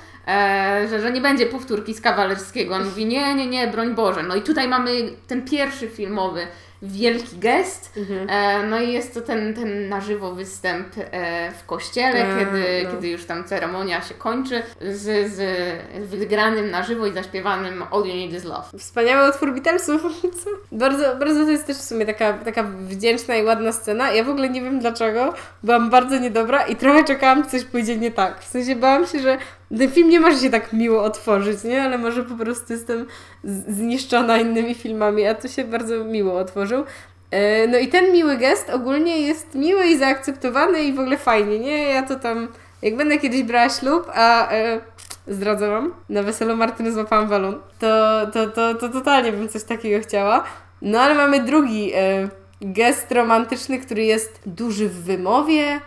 Że nie będzie powtórki z Kawalerskiego. On mówi, nie, broń Boże. No i tutaj mamy ten pierwszy filmowy wielki gest. No i jest to ten na żywo występ w kościele, kiedy już tam ceremonia się kończy z wygranym na żywo i zaśpiewanym All You Need Is Love. Wspaniały utwór Beatlesów. Bardzo, bardzo to jest też w sumie taka wdzięczna i ładna scena. Ja w ogóle nie wiem dlaczego. Byłam bardzo niedobra i trochę czekałam, coś pójdzie nie tak. W sensie bałam się, że ten film nie może się tak miło otworzyć, nie? Ale może po prostu jestem zniszczona innymi filmami, a tu się bardzo miło otworzył. No i ten miły gest ogólnie jest miły i zaakceptowany i w ogóle fajnie, nie? Ja to tam, jak będę kiedyś brała ślub, zdradzę wam, na weselu Martyny złapałam balon, to totalnie bym coś takiego chciała. No ale mamy drugi gest romantyczny, który jest duży w wymowie,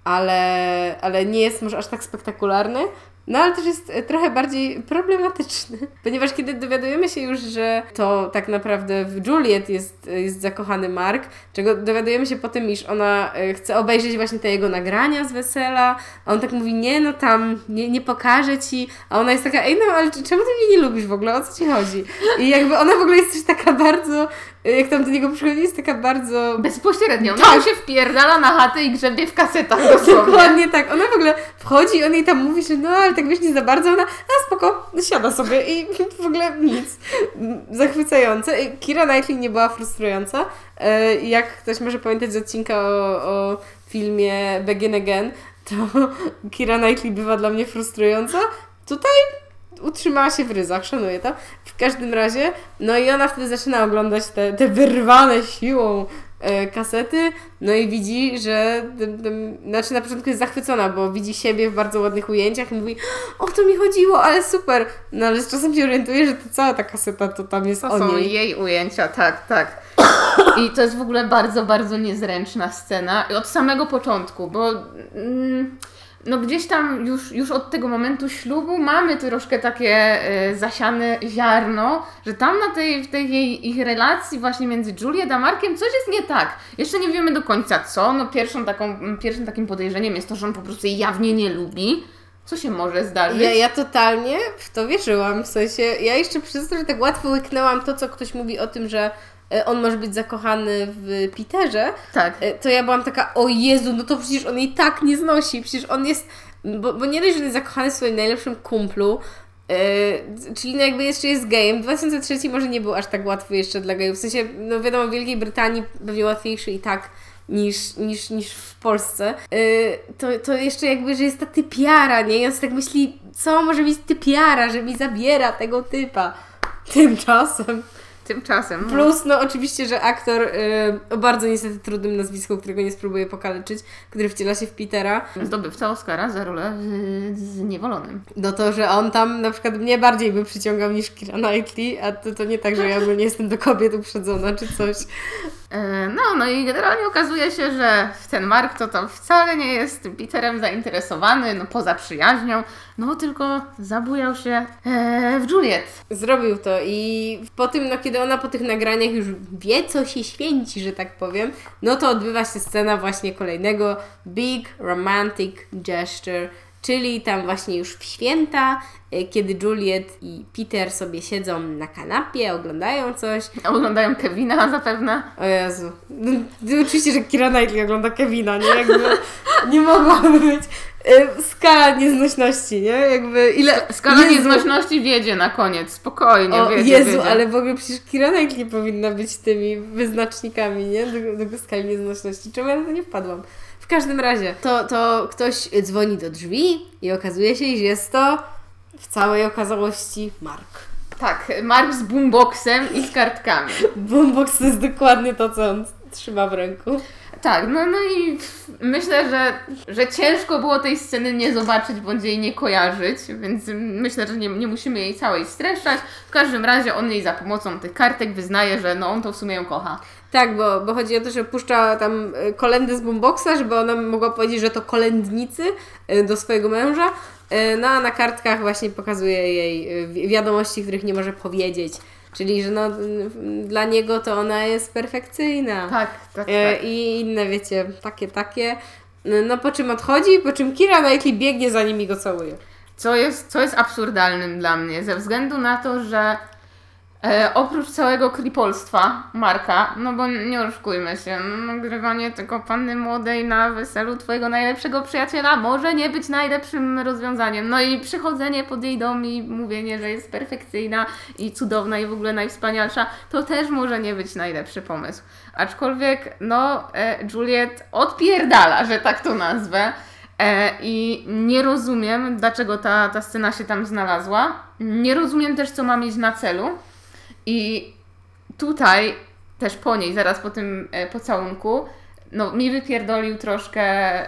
ale nie jest może aż tak spektakularny. No ale też jest trochę bardziej problematyczny, ponieważ kiedy dowiadujemy się już, że to tak naprawdę w Juliet jest zakochany Mark, czego dowiadujemy się po tym, iż ona chce obejrzeć właśnie te jego nagrania z wesela, a on tak mówi, nie pokażę Ci, a ona jest taka, ale czemu Ty mnie nie lubisz w ogóle, o co Ci chodzi? I jakby ona w ogóle jest też taka bardzo jak tam do niego przychodzi, jest taka bardzo... Bezpośrednio. Tak. Ona się wpierdala na chatę i grzebie w kasetach dosłownie. Dokładnie tak. Ona w ogóle wchodzi, on jej tam mówi, że no ale tak wiesz, nie za bardzo. Ona, spoko, siada sobie i w ogóle nic. Zachwycające. Keira Knightley nie była frustrująca. Jak ktoś może pamiętać z odcinka o filmie Begin Again, to Keira Knightley bywa dla mnie frustrująca. Tutaj utrzymała się w ryzach, szanuję to. W każdym razie, no i ona wtedy zaczyna oglądać te wyrwane siłą kasety, no i widzi, że znaczy na początku jest zachwycona, bo widzi siebie w bardzo ładnych ujęciach i mówi, o to mi chodziło, ale super. No ale z czasem się orientuje, że to cała ta kaseta to tam jest To o są niej. jej ujęcia, tak. I to jest w ogóle bardzo, bardzo niezręczna scena. I od samego początku, bo no gdzieś tam już od tego momentu ślubu mamy troszkę takie zasiane ziarno, że tam w tej ich relacji właśnie między Juliet a Markiem coś jest nie tak. Jeszcze nie wiemy do końca co. No pierwszym takim podejrzeniem jest to, że on po prostu jej jawnie nie lubi. Co się może zdarzyć? Ja totalnie w to wierzyłam, w sensie, ja jeszcze przez to, że tak łatwo łyknęłam to, co ktoś mówi o tym, że on może być zakochany w Peterze, Tak. To ja byłam taka, o Jezu, no to przecież on jej tak nie znosi, przecież on jest, bo nie dość, że jest zakochany w swoim najlepszym kumplu, czyli no jakby jeszcze jest gejem. 2003 może nie był aż tak łatwy jeszcze dla gejów, w sensie, no wiadomo, w Wielkiej Brytanii pewnie łatwiejszy i tak niż w Polsce, to jeszcze jakby, że jest ta typiara, nie? I on sobie tak myśli, co może być typiara, że mi zabiera tego typa. Tymczasem. No. Plus, no oczywiście, że aktor o bardzo niestety trudnym nazwisku, którego nie spróbuję pokaleczyć, który wciela się w Petera. Zdobywca Oscara za rolę w Zniewolonym. No to, że on tam na przykład mnie bardziej by przyciągał niż Keira Knightley, a to nie tak, że ja ogólnie jestem do kobiet uprzedzona czy coś. No i generalnie okazuje się, że ten Mark to tam wcale nie jest Peterem zainteresowany, no poza przyjaźnią, no tylko zabujał się w Juliet. Zrobił to i po tym, no kiedy ona po tych nagraniach już wie, co się święci, że tak powiem, no to odbywa się scena właśnie kolejnego Big Romantic Gesture, czyli tam właśnie już w święta, kiedy Juliet i Peter sobie siedzą na kanapie, oglądają coś. Oglądają Kevina zapewne. O Jezu. No, oczywiście, że Keira Knightley ogląda Kevina, nie? Jakby nie mogłaby być. Skala nieznośności, nie? Jakby ile... Skala nieznośności wiedzie na koniec, spokojnie, o, wiedzie. Jezu, ale w ogóle przecież Keira Knightley powinna być tymi wyznacznikami, nie? Do skali nieznośności. Czemu ja na to nie wpadłam? W każdym razie, to ktoś dzwoni do drzwi i okazuje się, że jest to w całej okazałości Mark. Tak, Mark z boomboxem i z kartkami. Boombox to jest dokładnie to, co on trzyma w ręku. Tak, no i myślę, że ciężko było tej sceny nie zobaczyć, bądź jej nie kojarzyć, więc myślę, że nie musimy jej całej streszczać. W każdym razie on jej za pomocą tych kartek wyznaje, że no on to w sumie ją kocha. Tak, bo chodzi o to, że puszcza tam kolędy z boomboxa, żeby ona mogła powiedzieć, że to kolędnicy do swojego męża. No a na kartkach właśnie pokazuje jej wiadomości, których nie może powiedzieć. Czyli, że no dla niego to ona jest perfekcyjna. Tak. I inne, wiecie, takie. No po czym odchodzi, po czym Keira Knightley biegnie za nim i go całuje. Co jest absurdalnym dla mnie, ze względu na to, że oprócz całego kripolstwa Marka, no bo nie oszukujmy się, nagrywanie tylko panny młodej na weselu twojego najlepszego przyjaciela może nie być najlepszym rozwiązaniem. No i przychodzenie pod jej dom i mówienie, że jest perfekcyjna i cudowna i w ogóle najwspanialsza, to też może nie być najlepszy pomysł. Aczkolwiek, Juliet odpierdala, że tak to nazwę. I nie rozumiem, dlaczego ta scena się tam znalazła. Nie rozumiem też, co ma mieć na celu. I tutaj, też po niej, zaraz po tym pocałunku, no mi wypierdolił troszkę...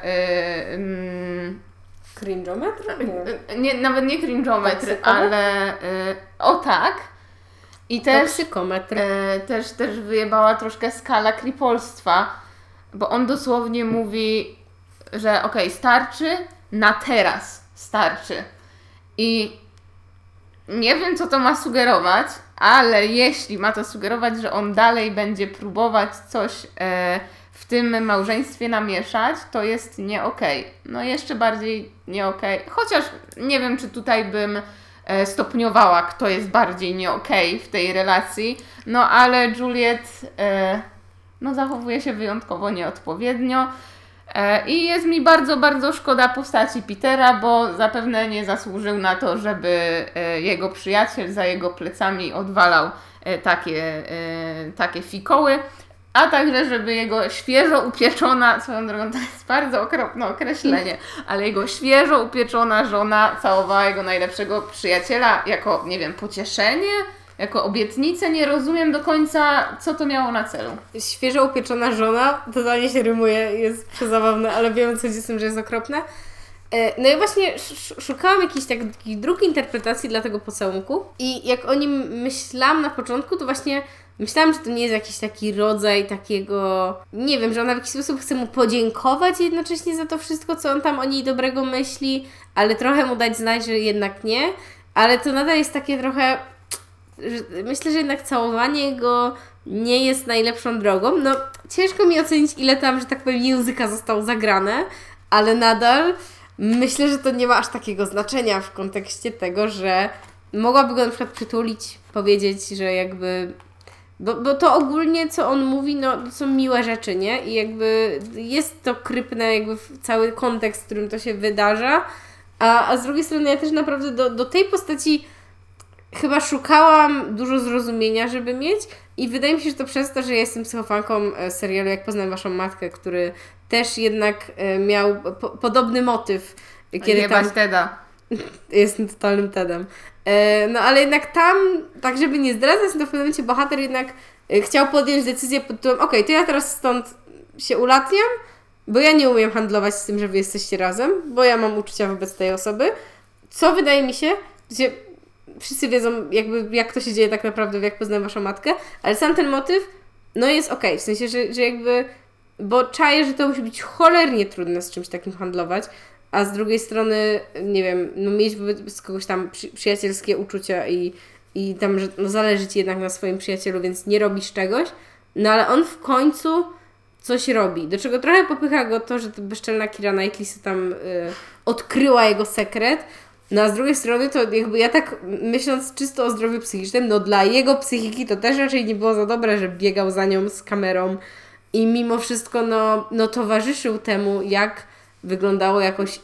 Cringeometr? Nie, nawet nie cringeometr, ale... o tak. I też... Toksykometr. Też wyjebała troszkę skala kripolstwa, bo on dosłownie mówi, że okej, starczy, na teraz starczy. I nie wiem, co to ma sugerować, ale jeśli ma to sugerować, że on dalej będzie próbować coś w tym małżeństwie namieszać, to jest nie okej. No jeszcze bardziej nie okej. Chociaż nie wiem, czy tutaj bym stopniowała, kto jest bardziej nie okej w tej relacji. No ale Juliet zachowuje się wyjątkowo nieodpowiednio. I jest mi bardzo, bardzo szkoda postaci Petera, bo zapewne nie zasłużył na to, żeby jego przyjaciel za jego plecami odwalał takie fikoły, a także żeby jego świeżo upieczona, swoją drogą to jest bardzo okropne określenie, ale jego świeżo upieczona żona całowała jego najlepszego przyjaciela jako, nie wiem, pocieszenie, jako obietnicę. Nie rozumiem do końca, co to miało na celu. Świeżo upieczona żona, totalnie się rymuje, jest przezabawne, ale wiem, co chodzi z tym, że jest okropne. No i właśnie szukałam jakiejś takiej drugiej interpretacji dla tego pocałunku i jak o nim myślałam na początku, to właśnie myślałam, że to nie jest jakiś taki rodzaj takiego, nie wiem, że ona w jakiś sposób chce mu podziękować jednocześnie za to wszystko, co on tam o niej dobrego myśli, ale trochę mu dać znać, że jednak nie, ale to nadal jest takie trochę, myślę, że jednak całowanie go nie jest najlepszą drogą. No ciężko mi ocenić, ile tam, że tak powiem, języka zostało zagrane, ale nadal myślę, że to nie ma aż takiego znaczenia w kontekście tego, że mogłaby go na przykład przytulić, powiedzieć, że jakby... Bo to ogólnie, co on mówi, no to są miłe rzeczy, nie? I jakby jest to krypne jakby w cały kontekst, w którym to się wydarza. A z drugiej strony ja też naprawdę do tej postaci chyba szukałam dużo zrozumienia, żeby mieć. I wydaje mi się, że to przez to, że ja jestem psychofanką serialu Jak poznałem waszą matkę, który też jednak miał podobny motyw. Kiedy tam Teda. Jestem totalnym Tedem. No ale jednak tam, tak żeby nie zdradzać, to w pewnym momencie bohater jednak chciał podjąć decyzję pod tytułem okej, to ja teraz stąd się ulatniam, bo ja nie umiem handlować z tym, że wy jesteście razem, bo ja mam uczucia wobec tej osoby. Co wydaje mi się, że wszyscy wiedzą jakby jak to się dzieje tak naprawdę, jak poznałem waszą matkę, ale sam ten motyw, no jest okej, w sensie, że jakby, bo czaję, że to musi być cholernie trudne z czymś takim handlować, a z drugiej strony, nie wiem, no mieć wobec kogoś tam przyjacielskie uczucia i tam, że no zależy ci jednak na swoim przyjacielu, więc nie robisz czegoś, no ale on w końcu coś robi, do czego trochę popycha go to, że ta bezczelna Keira Knightley sobie tam odkryła jego sekret, no a z drugiej strony to jakby ja tak myśląc czysto o zdrowiu psychicznym, no dla jego psychiki to też raczej nie było za dobre, że biegał za nią z kamerą i mimo wszystko no towarzyszył temu, jak wyglądało jakoś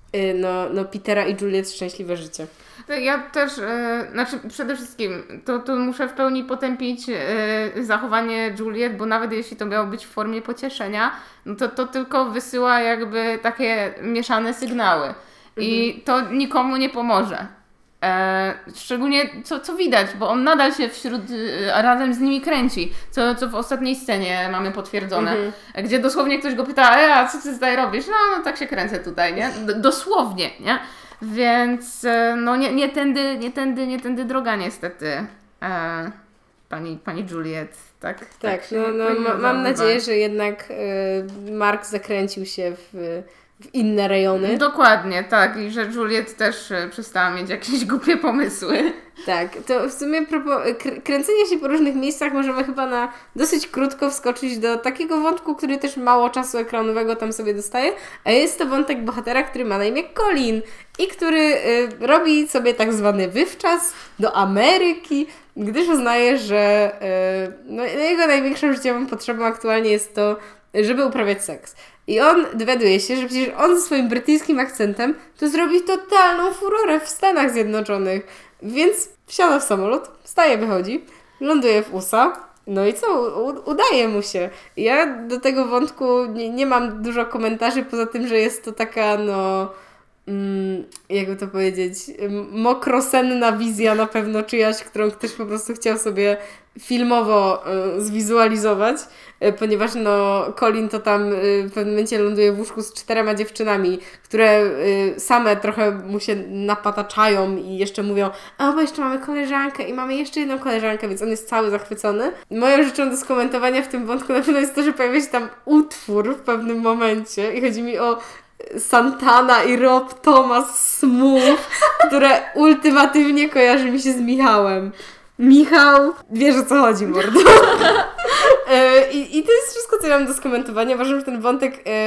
Petera i Juliet szczęśliwe życie. Ja też, przede wszystkim to muszę w pełni potępić zachowanie Juliet, bo nawet jeśli to miało być w formie pocieszenia, no to tylko wysyła jakby takie mieszane sygnały. I to nikomu nie pomoże. Szczególnie co widać, bo on nadal się razem z nimi kręci, co w ostatniej scenie mamy potwierdzone, gdzie dosłownie ktoś go pyta, a co ty tutaj robisz? No tak się kręcę tutaj, nie? Dosłownie, nie? Więc no nie tędy droga niestety pani Juliet, tak? Tak, mam nadzieję, że jednak Mark zakręcił się w inne rejony. Dokładnie, tak. I że Juliet też przestała mieć jakieś głupie pomysły. Tak, to w sumie kręcenia się po różnych miejscach możemy chyba na dosyć krótko wskoczyć do takiego wątku, który też mało czasu ekranowego tam sobie dostaje, a jest to wątek bohatera, który ma na imię Colin i który robi sobie tak zwany wywczas do Ameryki, gdyż uznaje, że jego największą życiową potrzebą aktualnie jest to, żeby uprawiać seks. I on dowiaduje się, że przecież on ze swoim brytyjskim akcentem to zrobi totalną furorę w Stanach Zjednoczonych. Więc wsiada w samolot, wstaje, wychodzi, ląduje w USA, no i co? Udaje mu się. Ja do tego wątku nie mam dużo komentarzy, poza tym, że jest to taka, jakby to powiedzieć, mokrosenna wizja na pewno czyjaś, którą ktoś po prostu chciał sobie filmowo zwizualizować, ponieważ Colin to tam w pewnym momencie ląduje w łóżku z 4 dziewczynami, które same trochę mu się napataczają i jeszcze mówią, bo jeszcze mamy koleżankę i mamy jeszcze jedną koleżankę, więc on jest cały zachwycony. Moją rzeczą do skomentowania w tym wątku na pewno jest to, że pojawia się tam utwór w pewnym momencie i chodzi mi o Santana i Rob Thomas Smooth, które ultimatywnie kojarzy mi się z Michałem. Michał, wiesz o co chodzi, mordo. I to jest wszystko, co ja mam do skomentowania. Uważam, że ten wątek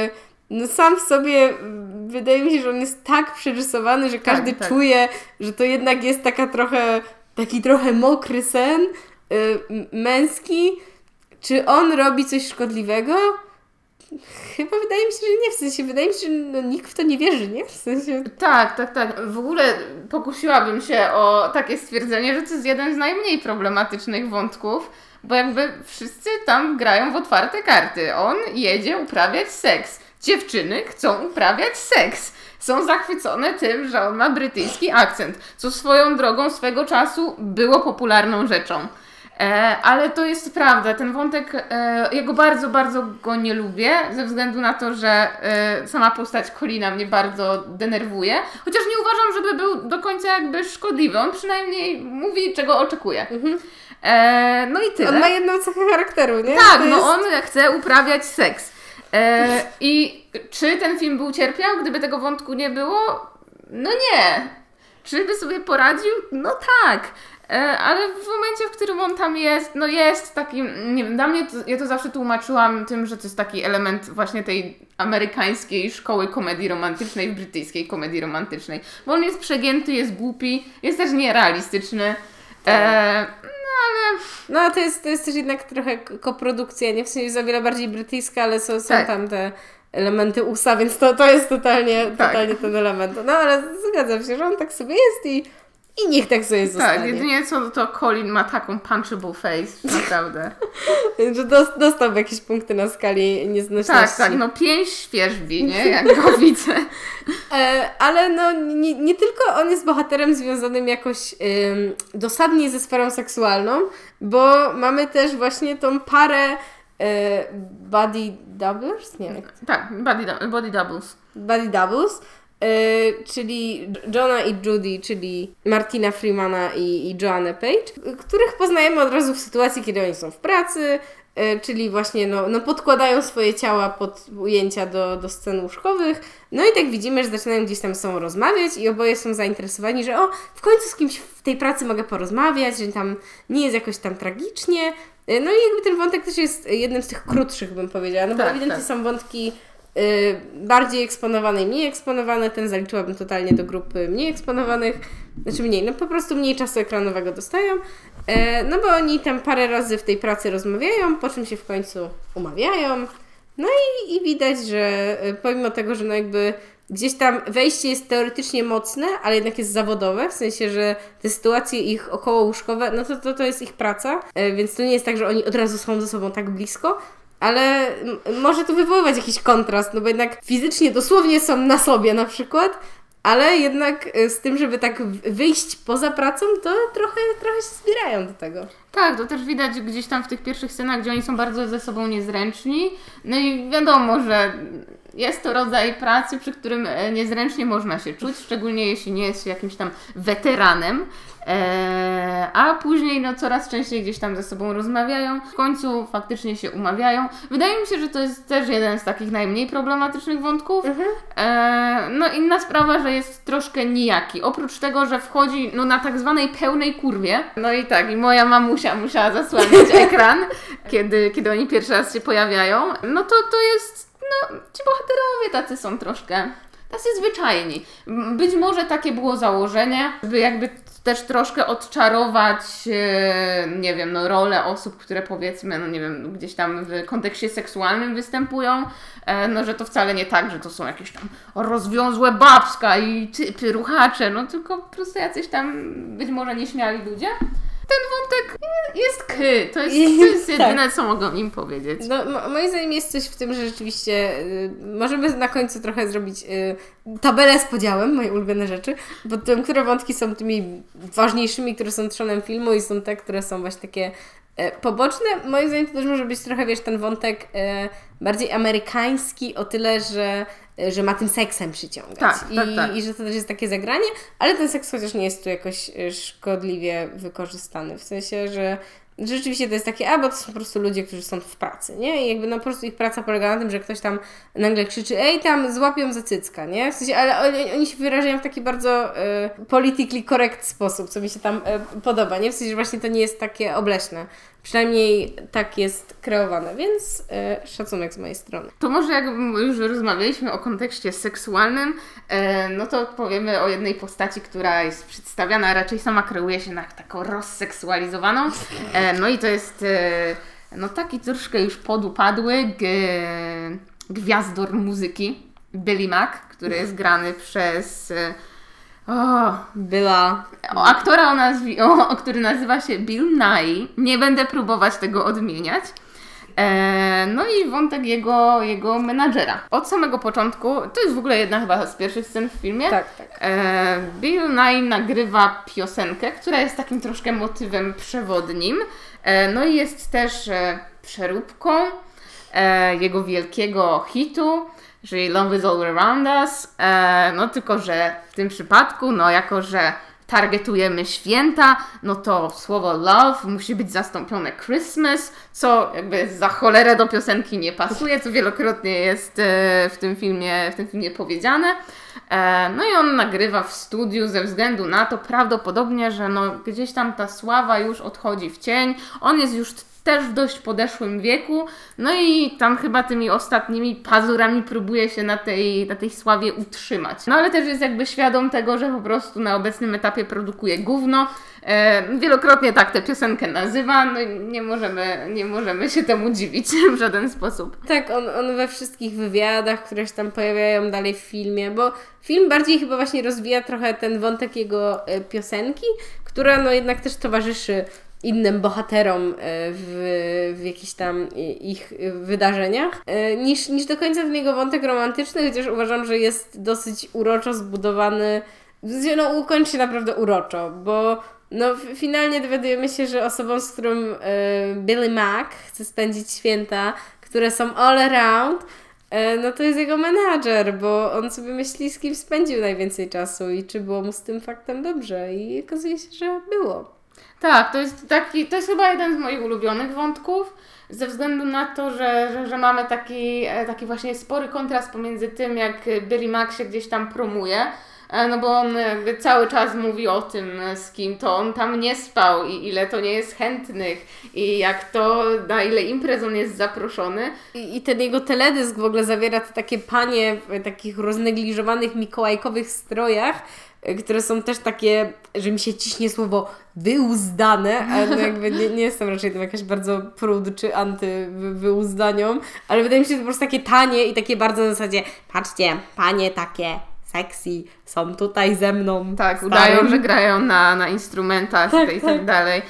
no sam w sobie wydaje mi się, że on jest tak przerysowany, że każdy czuje, że to jednak jest taki trochę mokry sen męski. Czy on robi coś szkodliwego? Chyba wydaje mi się, że nie. W sensie wydaje mi się, że nikt w to nie wierzy, nie? W sensie... Tak. W ogóle pokusiłabym się o takie stwierdzenie, że to jest jeden z najmniej problematycznych wątków, bo jakby wszyscy tam grają w otwarte karty. On jedzie uprawiać seks. Dziewczyny chcą uprawiać seks. Są zachwycone tym, że on ma brytyjski akcent, co swoją drogą swego czasu było popularną rzeczą. Ale to jest prawda, ten wątek, ja go bardzo, bardzo go nie lubię, ze względu na to, że sama postać Colina mnie bardzo denerwuje, chociaż nie uważam, żeby był do końca jakby szkodliwy, on przynajmniej mówi, czego oczekuje. No i tyle. On ma jedną cechę charakteru, nie? Tak, on chce uprawiać seks. I czy ten film by ucierpiał, gdyby tego wątku nie było? No nie. Czy by sobie poradził? No tak. Ale w momencie, w którym on tam jest, no jest takim, nie wiem, dla mnie ja to zawsze tłumaczyłam tym, że to jest taki element właśnie tej amerykańskiej szkoły komedii romantycznej, brytyjskiej komedii romantycznej. Bo on jest przegięty, jest głupi, jest też nierealistyczny. No to jest też jednak trochę koprodukcja, nie? W sensie jest o wiele bardziej brytyjska, ale są tam te elementy USA, więc to jest totalnie ten element. No ale zgadzam się, że on tak sobie jest i niech tak sobie zostanie. Tak, jedynie co to Colin ma taką punchable face, naprawdę. Że dostał jakieś punkty na skali nieznośności. Tak, no pięść świerzbi, nie? Jak go widzę. Ale no nie tylko on jest bohaterem związanym jakoś dosadnie ze sferą seksualną, bo mamy też właśnie tą parę body doublers? Nie wiem. Tak, body doubles. Body doubles. Czyli Johna i Judy, czyli Martina Freemana i Joanne Page, których poznajemy od razu w sytuacji, kiedy oni są w pracy, czyli właśnie podkładają swoje ciała pod ujęcia do scen łóżkowych. No i tak widzimy, że zaczynają gdzieś tam ze sobą rozmawiać i oboje są zainteresowani, że w końcu z kimś w tej pracy mogę porozmawiać, że tam nie jest jakoś tam tragicznie. No i jakby ten wątek też jest jednym z tych krótszych, bym powiedziała, bo ewidentnie są wątki bardziej eksponowane i mniej eksponowane. Ten zaliczyłabym totalnie do grupy mniej eksponowanych. Znaczy mniej, po prostu mniej czasu ekranowego dostają. No bo oni tam parę razy w tej pracy rozmawiają, po czym się w końcu umawiają. No i widać, że pomimo tego, że jakby gdzieś tam wejście jest teoretycznie mocne, ale jednak jest zawodowe, w sensie, że te sytuacje ich okołołóżkowe, no to jest ich praca, więc to nie jest tak, że oni od razu są ze sobą tak blisko, ale może to wywoływać jakiś kontrast, no bo jednak fizycznie dosłownie są na sobie na przykład, ale jednak z tym, żeby tak wyjść poza pracą, to trochę się zbierają do tego. Tak, to też widać gdzieś tam w tych pierwszych scenach, gdzie oni są bardzo ze sobą niezręczni. No i wiadomo, że jest to rodzaj pracy, przy którym niezręcznie można się czuć, szczególnie jeśli nie jest się jakimś tam weteranem. A później coraz częściej gdzieś tam ze sobą rozmawiają. W końcu faktycznie się umawiają. Wydaje mi się, że to jest też jeden z takich najmniej problematycznych wątków. No inna sprawa, że jest troszkę nijaki. Oprócz tego, że wchodzi na tak zwanej pełnej kurwie. No i tak, i moja mamusia musiała zasłaniać ekran, kiedy oni pierwszy raz się pojawiają. No to jest, ci bohaterowie tacy są troszkę tacy zwyczajni. Być może takie było założenie, by jakby też troszkę odczarować, nie wiem, rolę osób, które powiedzmy, nie wiem, gdzieś tam w kontekście seksualnym występują, że to wcale nie tak, że to są jakieś tam rozwiązłe babska i typy, ruchacze, tylko po prostu jacyś tam być może nieśmiali ludzie. Ten wątek jest to jest jedyne, co mogę im powiedzieć. Moim zdaniem jest coś w tym, że rzeczywiście możemy na końcu trochę zrobić tabelę z podziałem, moje ulubione rzeczy, bo tym, które wątki są tymi ważniejszymi, które są trzonem filmu i są te, które są właśnie takie poboczne. Moim zdaniem to też może być trochę, ten wątek bardziej amerykański o tyle, że ma tym seksem przyciągać. Tak. I że to też jest takie zagranie, ale ten seks chociaż nie jest tu jakoś szkodliwie wykorzystany. W sensie, że rzeczywiście to jest takie, bo to są po prostu ludzie, którzy są w pracy, nie? I jakby no po prostu ich praca polega na tym, że ktoś tam nagle krzyczy, ej, tam złapią za cycka, nie? W sensie, ale oni się wyrażają w taki bardzo politically correct sposób, co mi się tam podoba, nie? W sensie, że właśnie to nie jest takie obleśne. Przynajmniej tak jest kreowane, więc szacunek z mojej strony. To może jak już rozmawialiśmy o kontekście seksualnym, no to powiemy o jednej postaci, która jest przedstawiana, a raczej sama kreuje się na taką rozseksualizowaną. No i to jest no taki troszkę już podupadły gwiazdor muzyki Billy Mack, który jest grany przez aktora, który nazywa się Bill Nighy. Nie będę próbować tego odmieniać. No i wątek jego menadżera. Od samego początku, to jest w ogóle jedna chyba z pierwszych scen w filmie. Tak. Bill Nighy nagrywa piosenkę, która jest takim troszkę motywem przewodnim. No i jest też przeróbką jego wielkiego hitu, czyli Love is all around us. No tylko, że w tym przypadku, no jako, że targetujemy święta, no to słowo love musi być zastąpione Christmas, co jakby za cholerę do piosenki nie pasuje, co wielokrotnie jest w tym filmie powiedziane. No i on nagrywa w studiu ze względu na to prawdopodobnie, że no gdzieś tam ta sława już odchodzi w cień, on jest już też w dość podeszłym wieku, no i tam chyba tymi ostatnimi pazurami próbuje się na tej sławie utrzymać. No ale też jest jakby świadom tego, że po prostu na obecnym etapie produkuje gówno. Wielokrotnie tak tę piosenkę nazywa, no nie możemy się temu dziwić w żaden sposób. Tak, on we wszystkich wywiadach, które się tam pojawiają dalej w filmie, bo film bardziej chyba właśnie rozwija trochę ten wątek jego piosenki, która no jednak też towarzyszy innym bohaterom w jakichś tam ich wydarzeniach, niż do końca ten jego wątek romantyczny, chociaż uważam, że jest dosyć uroczo zbudowany. No ukończy się naprawdę uroczo, bo no finalnie dowiadujemy się, że osobą, z którą Billy Mack chce spędzić święta, które są all around, no to jest jego menadżer, bo on sobie myśli, z kim spędził najwięcej czasu i czy było mu z tym faktem dobrze i okazuje się, że było. Tak, to jest chyba jeden z moich ulubionych wątków, ze względu na to, że mamy taki właśnie spory kontrast pomiędzy tym, jak Billy Mack się gdzieś tam promuje, no bo on jakby cały czas mówi o tym, z kim to on tam nie spał i ile to nie jest chętnych i na ile imprez on jest zaproszony. I ten jego teledysk w ogóle zawiera te takie panie w takich roznegliżowanych mikołajkowych strojach, które są też takie, że mi się ciśnie słowo wyuzdane, ale no jakby nie jestem raczej tam jakaś bardzo prud czy anty wyuzdaniom, ale wydaje mi się, że to po prostu takie tanie i takie bardzo na zasadzie, patrzcie, panie takie sexy są tutaj ze mną. Tak, starym. udają, że grają na instrumentach i tak dalej.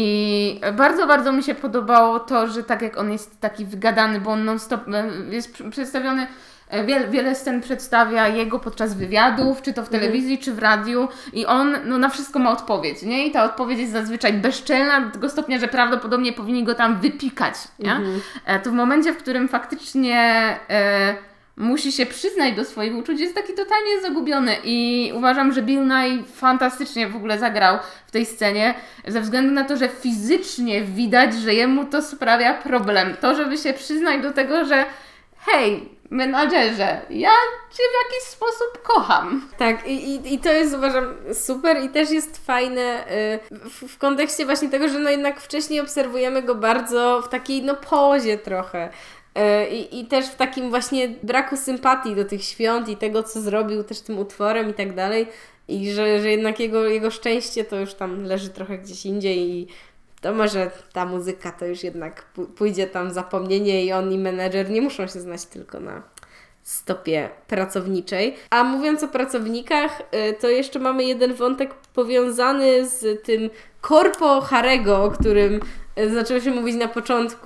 I bardzo, bardzo mi się podobało to, że tak jak on jest taki wygadany, bo on non-stop jest przedstawiony. Wiele scen przedstawia jego podczas wywiadów, czy to w telewizji, czy w radiu i on na wszystko ma odpowiedź, nie? I ta odpowiedź jest zazwyczaj bezczelna do tego stopnia, że prawdopodobnie powinni go tam wypikać, nie? To w momencie, w którym faktycznie musi się przyznać do swoich uczuć, jest taki totalnie zagubiony i uważam, że Bill Nighy fantastycznie w ogóle zagrał w tej scenie, ze względu na to, że fizycznie widać, że jemu to sprawia problem. To, żeby się przyznać do tego, że hej, menadżerze, ja Cię w jakiś sposób kocham. Tak, i to jest uważam super i też jest fajne w kontekście właśnie tego, że no jednak wcześniej obserwujemy go bardzo w takiej pozie trochę. I też w takim właśnie braku sympatii do tych świąt i tego, co zrobił też tym utworem i tak dalej. I że jednak jego szczęście to już tam leży trochę gdzieś indziej i to może ta muzyka to już jednak pójdzie tam w zapomnienie i on i menedżer nie muszą się znać tylko na stopie pracowniczej. A mówiąc o pracownikach, to jeszcze mamy jeden wątek powiązany z tym korpo Harego, o którym zaczęło się mówić na początku,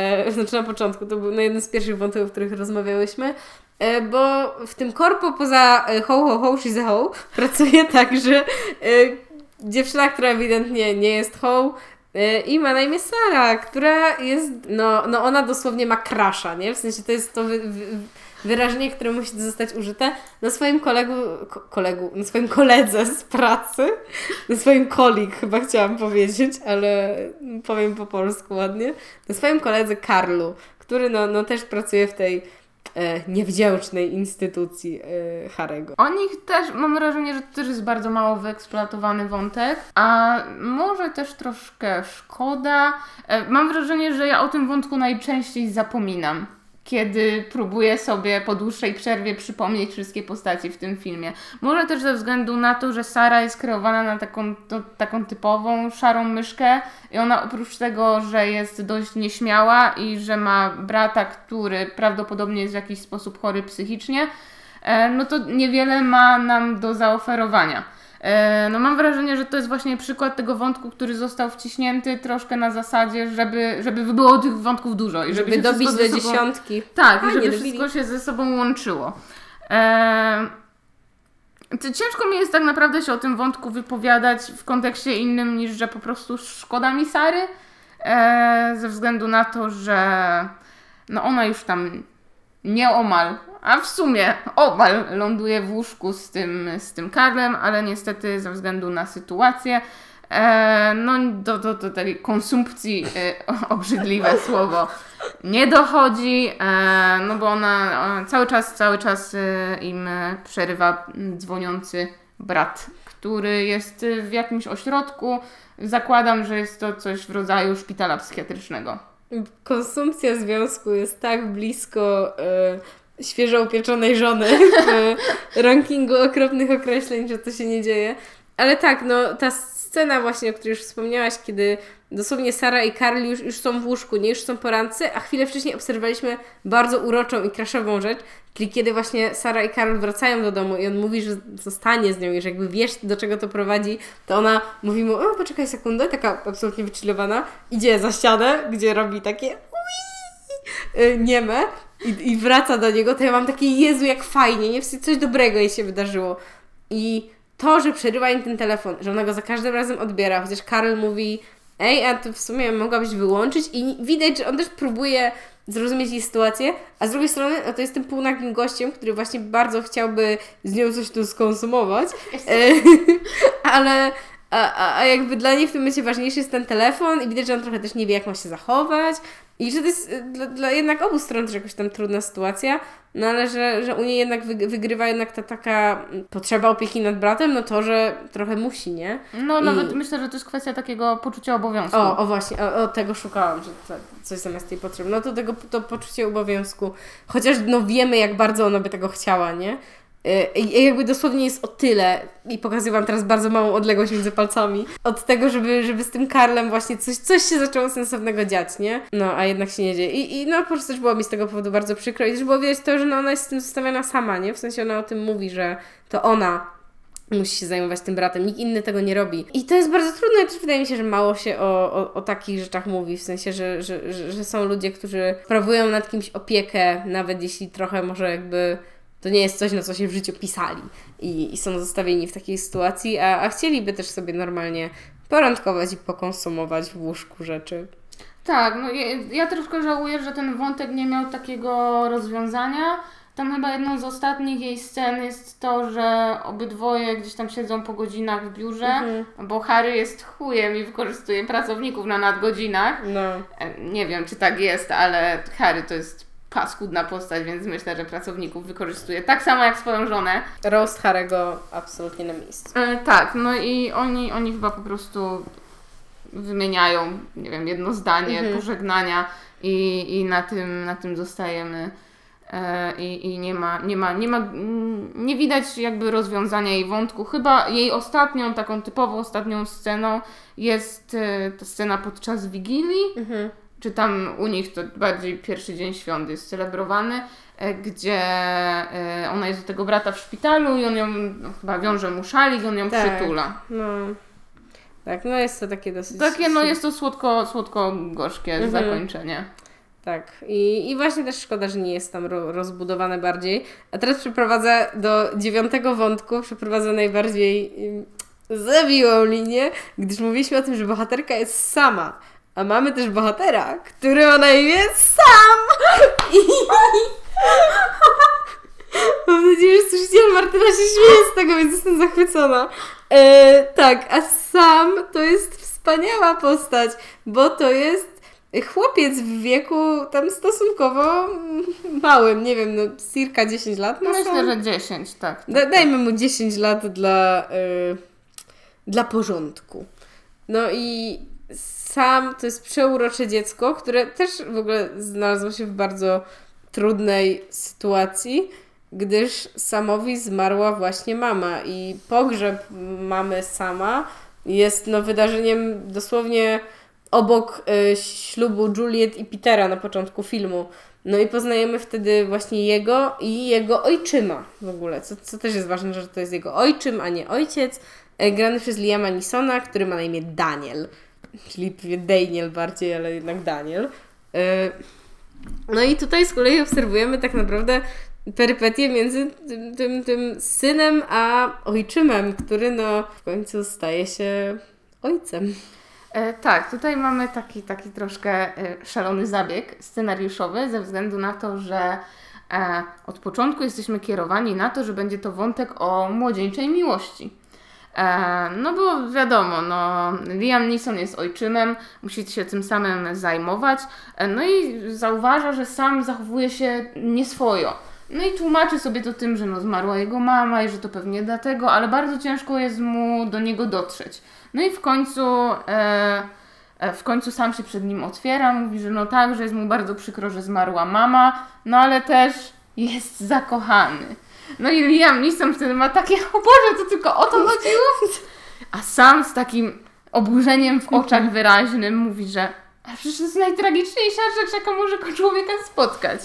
to był jeden z pierwszych wątków, o których rozmawiałyśmy, bo w tym korpo poza ho, ho, ho, she's a ho, pracuje także dziewczyna, która ewidentnie nie jest ho, i ma na imię Sara, która jest, ona dosłownie ma crusha, nie? W sensie to jest to wyrażenie, które musi zostać użyte na swoim na swoim koledze z pracy, na swoim kolik chyba chciałam powiedzieć, ale powiem po polsku ładnie, na swoim koledze Karlu, który no też pracuje w tej niewdzięcznej instytucji Harry'ego. O nich też mam wrażenie, że to też jest bardzo mało wyeksploatowany wątek, a może też troszkę szkoda. Mam wrażenie, że ja o tym wątku najczęściej zapominam, kiedy próbuję sobie po dłuższej przerwie przypomnieć wszystkie postaci w tym filmie. Może też ze względu na to, że Sara jest kreowana na taką typową szarą myszkę i ona oprócz tego, że jest dość nieśmiała i że ma brata, który prawdopodobnie jest w jakiś sposób chory psychicznie, no to niewiele ma nam do zaoferowania. No mam wrażenie, że to jest właśnie przykład tego wątku, który został wciśnięty troszkę na zasadzie, żeby było tych wątków dużo. I żeby dobić do 10. Tak, i żeby wszystko się ze sobą łączyło. Ciężko mi jest tak naprawdę się o tym wątku wypowiadać w kontekście innym niż, że po prostu szkoda mi Sary, ze względu na to, że no ona już tam nieomal, a w sumie omal ląduje w łóżku z tym Karlem, ale niestety ze względu na sytuację no do tej konsumpcji, obrzydliwe słowo, nie dochodzi, no bo ona cały czas im przerywa dzwoniący brat, który jest w jakimś ośrodku. Zakładam, że jest to coś w rodzaju szpitala psychiatrycznego. Konsumpcja związku jest tak blisko świeżo upieczonej żony w rankingu okropnych określeń, że to się nie dzieje. Ale tak, no ta scena właśnie, o której już wspomniałaś, kiedy dosłownie Sara i Karl już są w łóżku, nie już są po randce, a chwilę wcześniej obserwowaliśmy bardzo uroczą i crashową rzecz, czyli kiedy właśnie Sara i Karl wracają do domu i on mówi, że zostanie z nią i że jakby wiesz, do czego to prowadzi, to ona mówi mu, poczekaj sekundę, taka absolutnie wychillowana, idzie za ścianę, gdzie robi takie nieme i wraca do niego, to ja mam takie, Jezu, jak fajnie, nie? Coś dobrego jej się wydarzyło. I to, że przerywa im ten telefon, że ona go za każdym razem odbiera, chociaż Karl mówi, a to w sumie mogłabyś wyłączyć i widać, że on też próbuje zrozumieć jej sytuację, a z drugiej strony to jest tym półnagim gościem, który właśnie bardzo chciałby z nią coś tu skonsumować, ale a jakby dla niej w tym momencie ważniejszy jest ten telefon i widać, że on trochę też nie wie, jak ma się zachować i że to jest dla jednak obu stron też jakoś tam trudna sytuacja, no ale że u niej jednak wygrywa jednak ta taka potrzeba opieki nad bratem, no to, że trochę musi, nie? No nawet myślę, że to jest kwestia takiego poczucia obowiązku. O właśnie, tego szukałam, że coś zamiast tej potrzeby. No to poczucie obowiązku, chociaż no wiemy, jak bardzo ona by tego chciała, nie? I jakby dosłownie jest o tyle, i pokazuję Wam teraz bardzo małą odległość między palcami, od tego, żeby z tym Karlem właśnie coś się zaczęło sensownego dziać, nie? No, a jednak się nie dzieje. I no po prostu też było mi z tego powodu bardzo przykro i też było widać to, że no, ona jest z tym zostawiona sama, nie? W sensie ona o tym mówi, że to ona musi się zajmować tym bratem, nikt inny tego nie robi. I to jest bardzo trudne, też wydaje mi się, że mało się o takich rzeczach mówi, w sensie, że są ludzie, którzy sprawują nad kimś opiekę, nawet jeśli trochę może jakby to nie jest coś, na co się w życiu pisali i są zostawieni w takiej sytuacji, a chcieliby też sobie normalnie porandkować i pokonsumować w łóżku rzeczy. Tak, no ja troszkę żałuję, że ten wątek nie miał takiego rozwiązania. Tam chyba jedną z ostatnich jej scen jest to, że obydwoje gdzieś tam siedzą po godzinach w biurze, bo Harry jest chujem i wykorzystuje pracowników na nadgodzinach. No. Nie wiem, czy tak jest, ale Harry to jest paskudna postać, więc myślę, że pracowników wykorzystuje tak samo jak swoją żonę. Roast Harry'ego absolutnie na miejscu. Tak, no i oni chyba po prostu wymieniają, nie wiem, jedno zdanie, pożegnania i na tym zostajemy. I nie widać jakby rozwiązania jej wątku. Chyba jej taką typową ostatnią sceną jest ta scena podczas Wigilii, czy tam u nich to bardziej pierwszy dzień świąt jest celebrowany, gdzie ona jest do tego brata w szpitalu i on ją chyba wiąże mu szalik i on ją przytula. No. Tak, no jest to takie dosyć... Takie, no jest to słodko-gorzkie zakończenie. Tak. I właśnie też szkoda, że nie jest tam rozbudowane bardziej. A teraz przeprowadzę do 9 wątku, przeprowadzę najbardziej zawiłą linię, gdyż mówiliśmy o tym, że bohaterka jest sama. A mamy też bohatera, który ma na imię Sam! Mam nadzieję, że słyszyciel Martyna się śmieje z tego, więc jestem zachwycona. Tak, a Sam to jest wspaniała postać, bo to jest chłopiec w wieku tam stosunkowo małym, nie wiem, no circa 10 lat. Myślę, że 10, tak. Dajmy mu 10 lat dla porządku. No i Sam to jest przeurocze dziecko, które też w ogóle znalazło się w bardzo trudnej sytuacji, gdyż Samowi zmarła właśnie mama i pogrzeb mamy Sama jest wydarzeniem dosłownie obok ślubu Juliet i Petera na początku filmu. No i poznajemy wtedy właśnie jego i jego ojczyma w ogóle, co też jest ważne, że to jest jego ojczym, a nie ojciec, grany przez Liama Neesona, który ma na imię Daniel, czyli powie Daniel bardziej, ale jednak Daniel. No i tutaj z kolei obserwujemy tak naprawdę perypetie między tym synem a ojczymem, który w końcu staje się ojcem. Tak, tutaj mamy taki troszkę szalony zabieg scenariuszowy ze względu na to, że od początku jesteśmy kierowani na to, że będzie to wątek o młodzieńczej miłości. No bo wiadomo, Liam Neeson jest ojczymem, musi się tym samym zajmować, no i zauważa, że Sam zachowuje się nieswojo. No i tłumaczy sobie to tym, że zmarła jego mama i że to pewnie dlatego, ale bardzo ciężko jest mu do niego dotrzeć. No i w końcu Sam się przed nim otwiera, mówi, że tak, że jest mu bardzo przykro, że zmarła mama, no ale też jest zakochany. No i Liam Neeson wtedy ma takie, o Boże, to tylko o to chodziło? A Sam z takim oburzeniem w oczach wyraźnym mówi, że przecież to jest najtragiczniejsza rzecz, jaka może człowieka spotkać.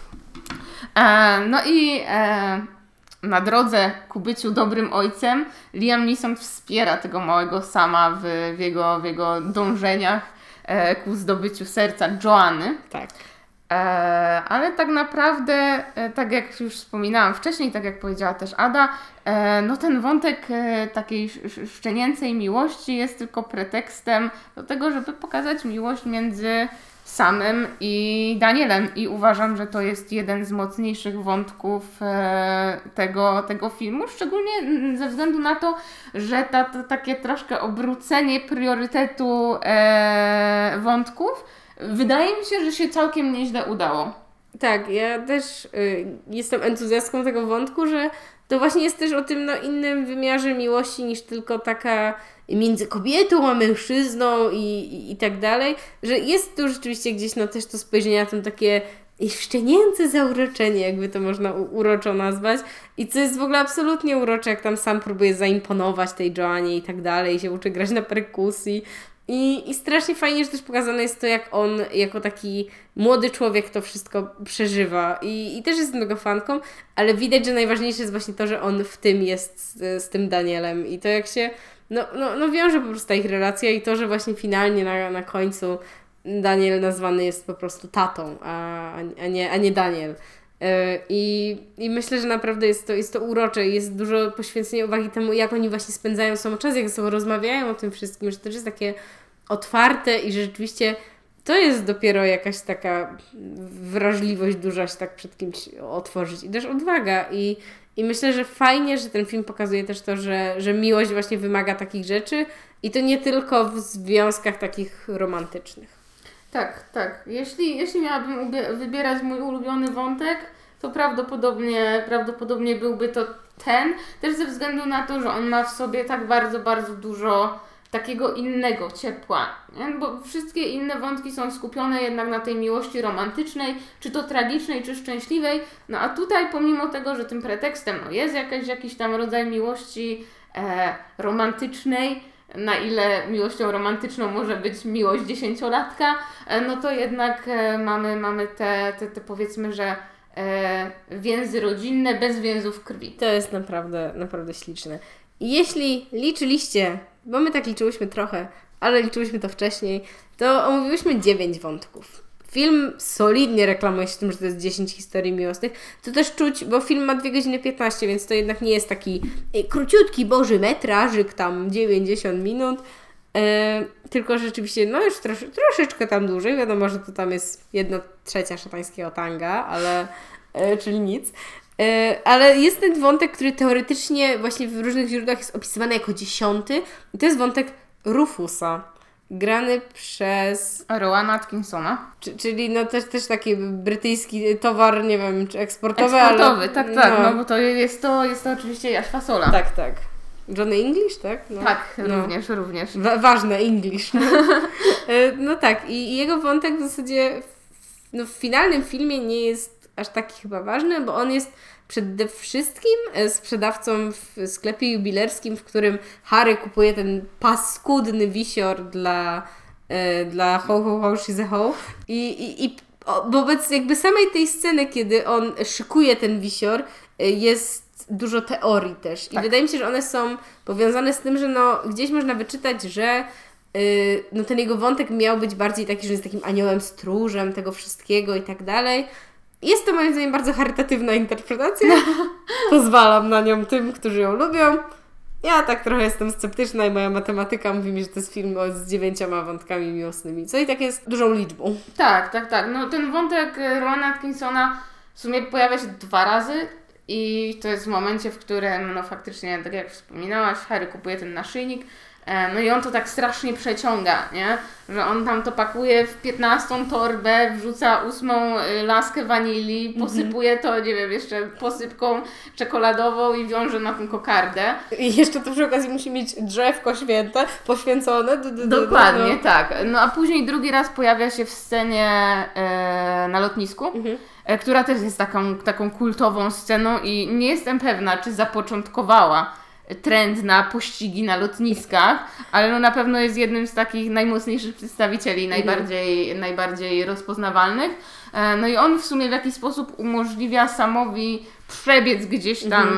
Na drodze ku byciu dobrym ojcem Liam Neeson wspiera tego małego Sama w jego dążeniach ku zdobyciu serca Joanny. Tak. Ale tak naprawdę, tak jak już wspominałam wcześniej, tak jak powiedziała też Ada, ten wątek takiej szczenięcej miłości jest tylko pretekstem do tego, żeby pokazać miłość między Samem i Danielem i uważam, że to jest jeden z mocniejszych wątków tego filmu, szczególnie ze względu na to, że takie troszkę obrócenie priorytetu wątków wydaje mi się, że się całkiem nieźle udało. Tak, ja też jestem entuzjastką tego wątku, że to właśnie jest też o tym innym wymiarze miłości niż tylko taka między kobietą a mężczyzną i tak dalej, że jest tu rzeczywiście gdzieś też to spojrzenie na to takie szczenięce zauroczenie, jakby to można uroczo nazwać. I co jest w ogóle absolutnie urocze, jak tam Sam próbuje zaimponować tej Joannie i tak dalej, się uczy grać na perkusji. I strasznie fajnie, że też pokazane jest to, jak on jako taki młody człowiek to wszystko przeżywa. I też jestem tego fanką, ale widać, że najważniejsze jest właśnie to, że on w tym jest z tym Danielem. I to jak się wiąże po prostu ta ich relacja i to, że właśnie finalnie na końcu Daniel nazwany jest po prostu tatą, a nie Daniel. I myślę, że naprawdę jest to urocze i jest dużo poświęcenia uwagi temu, jak oni właśnie spędzają sobą czas, jak ze sobą rozmawiają o tym wszystkim, że to też jest takie otwarte i że rzeczywiście to jest dopiero jakaś taka wrażliwość duża się tak przed kimś otworzyć i też odwaga i myślę, że fajnie, że ten film pokazuje też to, że miłość właśnie wymaga takich rzeczy i to nie tylko w związkach takich romantycznych. Tak. Jeśli miałabym wybierać mój ulubiony wątek, to prawdopodobnie byłby to ten, też ze względu na to, że on ma w sobie tak bardzo, bardzo dużo takiego innego ciepła, nie? Bo wszystkie inne wątki są skupione jednak na tej miłości romantycznej, czy to tragicznej, czy szczęśliwej, a tutaj pomimo tego, że tym pretekstem jest jakiś tam rodzaj miłości romantycznej, na ile miłością romantyczną może być miłość 10-latka, to jednak mamy te powiedzmy, że więzy rodzinne bez więzów krwi. To jest naprawdę, naprawdę śliczne. I jeśli liczyliście, bo my tak liczyłyśmy trochę, ale liczyłyśmy to wcześniej, to omówiłyśmy 9 wątków. Film solidnie reklamuje się tym, że to jest 10 historii miłosnych. To też czuć, bo film ma 2 godziny 15, więc to jednak nie jest taki króciutki boży metrażyk, tam 90 minut, tylko rzeczywiście już troszeczkę tam dłużej. Wiadomo, że to tam jest 1/3 szatańskiego tanga, ale czyli nic. Ale jest ten wątek, który teoretycznie właśnie w różnych źródłach jest opisywany jako 10. I to jest wątek Rufusa, grany przez... Rowana Atkinsona. Czyli no też taki brytyjski towar, nie wiem, czy eksportowy, Eksportowy, ale... tak, no bo to jest to oczywiście Jaś Fasola. Tak. Johnny English, tak? No. Tak, No. również. Ważne, English. No, no tak, i jego wątek w zasadzie w finalnym filmie nie jest aż taki chyba ważny, bo on jest przede wszystkim sprzedawcą w sklepie jubilerskim, w którym Harry kupuje ten paskudny wisior dla ho, ho, ho, she's a ho. I wobec jakby samej tej sceny, kiedy on szykuje ten wisior, jest dużo teorii też. I wydaje mi się, że one są powiązane z tym, że no, gdzieś można wyczytać, że no, ten jego wątek miał być bardziej taki, że jest takim aniołem stróżem tego wszystkiego i tak dalej. Jest to moim zdaniem bardzo charytatywna interpretacja. Pozwalam na nią tym, którzy ją lubią. Ja tak trochę jestem sceptyczna i moja matematyka mówi mi, że to jest film z 9 wątkami miłosnymi, co i tak jest dużą liczbą. Tak. No ten wątek Rowana Atkinsona w sumie pojawia się 2 razy i to jest w momencie, w którym no faktycznie, tak jak wspominałaś, Harry kupuje ten naszyjnik, no i on to tak strasznie przeciąga, nie? Że on tam to pakuje w 15 torbę, wrzuca 8 laskę wanilii, posypuje to, nie wiem, jeszcze posypką czekoladową i wiąże na tą kokardę. I jeszcze to przy okazji musi mieć drzewko święte, poświęcone. Dokładnie, tak. No a później drugi raz pojawia się w scenie na lotnisku, która też jest taką kultową sceną i nie jestem pewna, czy zapoczątkowała trend na pościgi na lotniskach, ale no na pewno jest jednym z takich najmocniejszych przedstawicieli, najbardziej rozpoznawalnych. No i on w sumie w jakiś sposób umożliwia Samowi przebiec gdzieś tam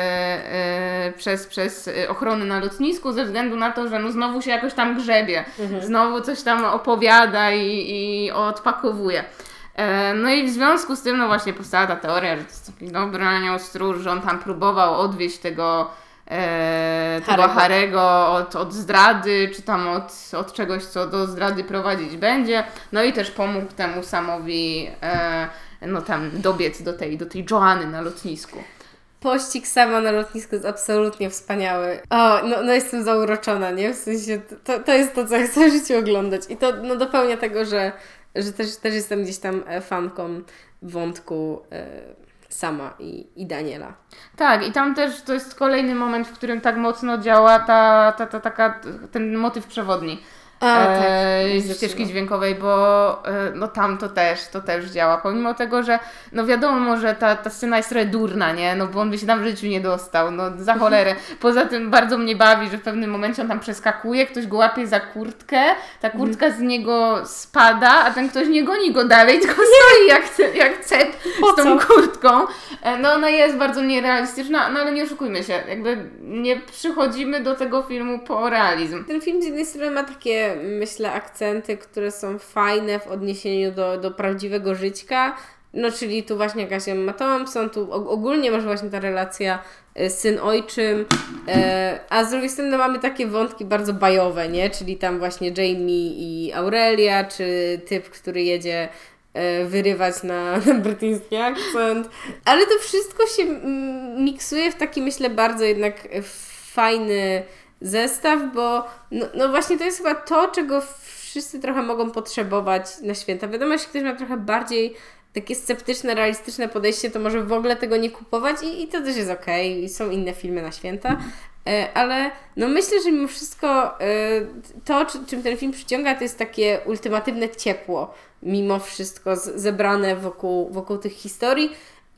przez ochronę na lotnisku ze względu na to, że no znowu się jakoś tam grzebie, znowu coś tam opowiada i odpakowuje. No i w związku z tym no właśnie powstała ta teoria, że to jest taki dobry anioł stróż, że on tam próbował odwieźć tego Harry'ego od zdrady, czy tam od czegoś, co do zdrady prowadzić będzie. No i też pomógł temu Samowi no tam dobiec do tej Joanny na lotnisku. Pościg Sama na lotnisku jest absolutnie wspaniały. No jestem zauroczona, nie? W sensie to jest to, co ja chcę w życiu oglądać. I to no, dopełnia tego, że też jestem gdzieś tam fanką wątku Sama i Daniela. Tak, i tam też to jest kolejny moment, w którym tak mocno działa ten motyw przewodni. Ścieżki dźwiękowej, bo no tam to też działa, pomimo tego, że no wiadomo, że ta scena jest trochę durna, nie, no bo on by się tam w życiu nie dostał, no za cholerę. Poza tym bardzo mnie bawi, że w pewnym momencie on tam przeskakuje, ktoś go łapie za kurtkę, ta kurtka z niego spada, a ten ktoś nie goni go dalej, tylko stoi jak cep z tą kurtką. No ona jest bardzo nierealistyczna, no ale nie oszukujmy się, jakby nie przychodzimy do tego filmu po realizm. Ten film z jednej strony ma takie, myślę, akcenty, które są fajne w odniesieniu do prawdziwego życia. No, czyli tu właśnie jakaś Emma Thompson, tu ogólnie masz właśnie ta relacja syn-ojczym, a z drugiej strony mamy takie wątki bardzo bajowe, nie? Czyli tam właśnie Jamie i Aurelia, czy typ, który jedzie wyrywać na brytyjski akcent. Ale to wszystko się miksuje w taki, myślę, bardzo jednak fajny zestaw, bo no właśnie to jest chyba to, czego wszyscy trochę mogą potrzebować na święta. Wiadomo, jeśli ktoś ma trochę bardziej takie sceptyczne, realistyczne podejście, to może w ogóle tego nie kupować i to też jest okej. I są inne filmy na święta. Ale no myślę, że mimo wszystko to, czym ten film przyciąga, to jest takie ultimatywne ciepło, mimo wszystko zebrane wokół tych historii.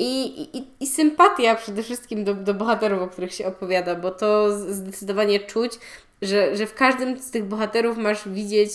I sympatia przede wszystkim do bohaterów, o których się opowiada, bo to zdecydowanie czuć, że w każdym z tych bohaterów masz widzieć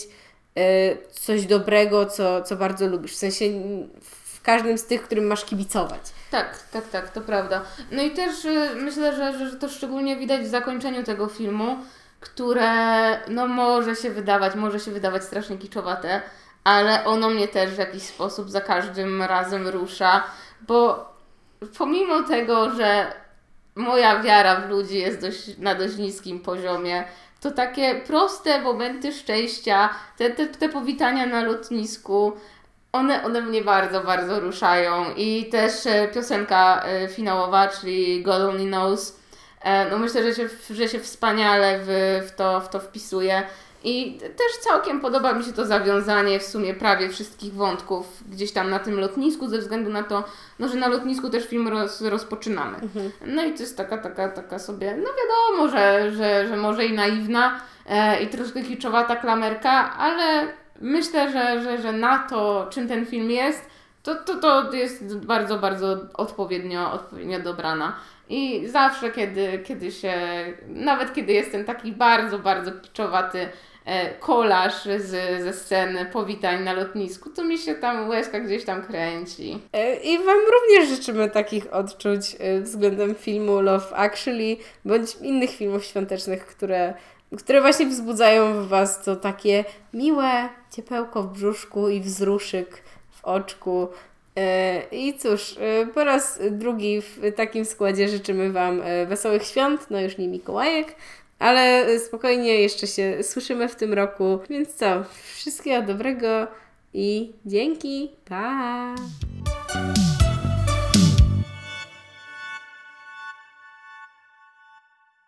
coś dobrego, co bardzo lubisz. W sensie w każdym z tych, którym masz kibicować. Tak, to prawda. No i też myślę, że to szczególnie widać w zakończeniu tego filmu, które no może się wydawać strasznie kiczowate, ale ono mnie też w jakiś sposób za każdym razem rusza, bo pomimo tego, że moja wiara w ludzi jest na dość niskim poziomie, to takie proste momenty szczęścia, te powitania na lotnisku, One mnie bardzo, bardzo ruszają i też piosenka finałowa, czyli God Only Knows, no myślę, że się wspaniale w to wpisuje i też całkiem podoba mi się to zawiązanie w sumie prawie wszystkich wątków gdzieś tam na tym lotnisku, ze względu na to, no, że na lotnisku też film rozpoczynamy. No i to jest taka sobie, no wiadomo, że może i naiwna i troszkę kiczowata klamerka, ale myślę, że na to, czym ten film jest, to jest bardzo, bardzo odpowiednio dobrana. I zawsze, kiedy się, nawet kiedy jest ten taki bardzo, bardzo kiczowaty kolaż ze scen powitań na lotnisku, to mi się tam łezka gdzieś tam kręci. I Wam również życzymy takich odczuć względem filmu Love Actually, bądź innych filmów świątecznych, które właśnie wzbudzają w Was to takie miłe ciepełko w brzuszku i wzruszyk w oczku. I cóż, po raz drugi w takim składzie życzymy Wam wesołych świąt, no już nie Mikołajek, ale spokojnie, jeszcze się słyszymy w tym roku, więc co, wszystkiego dobrego i dzięki, pa!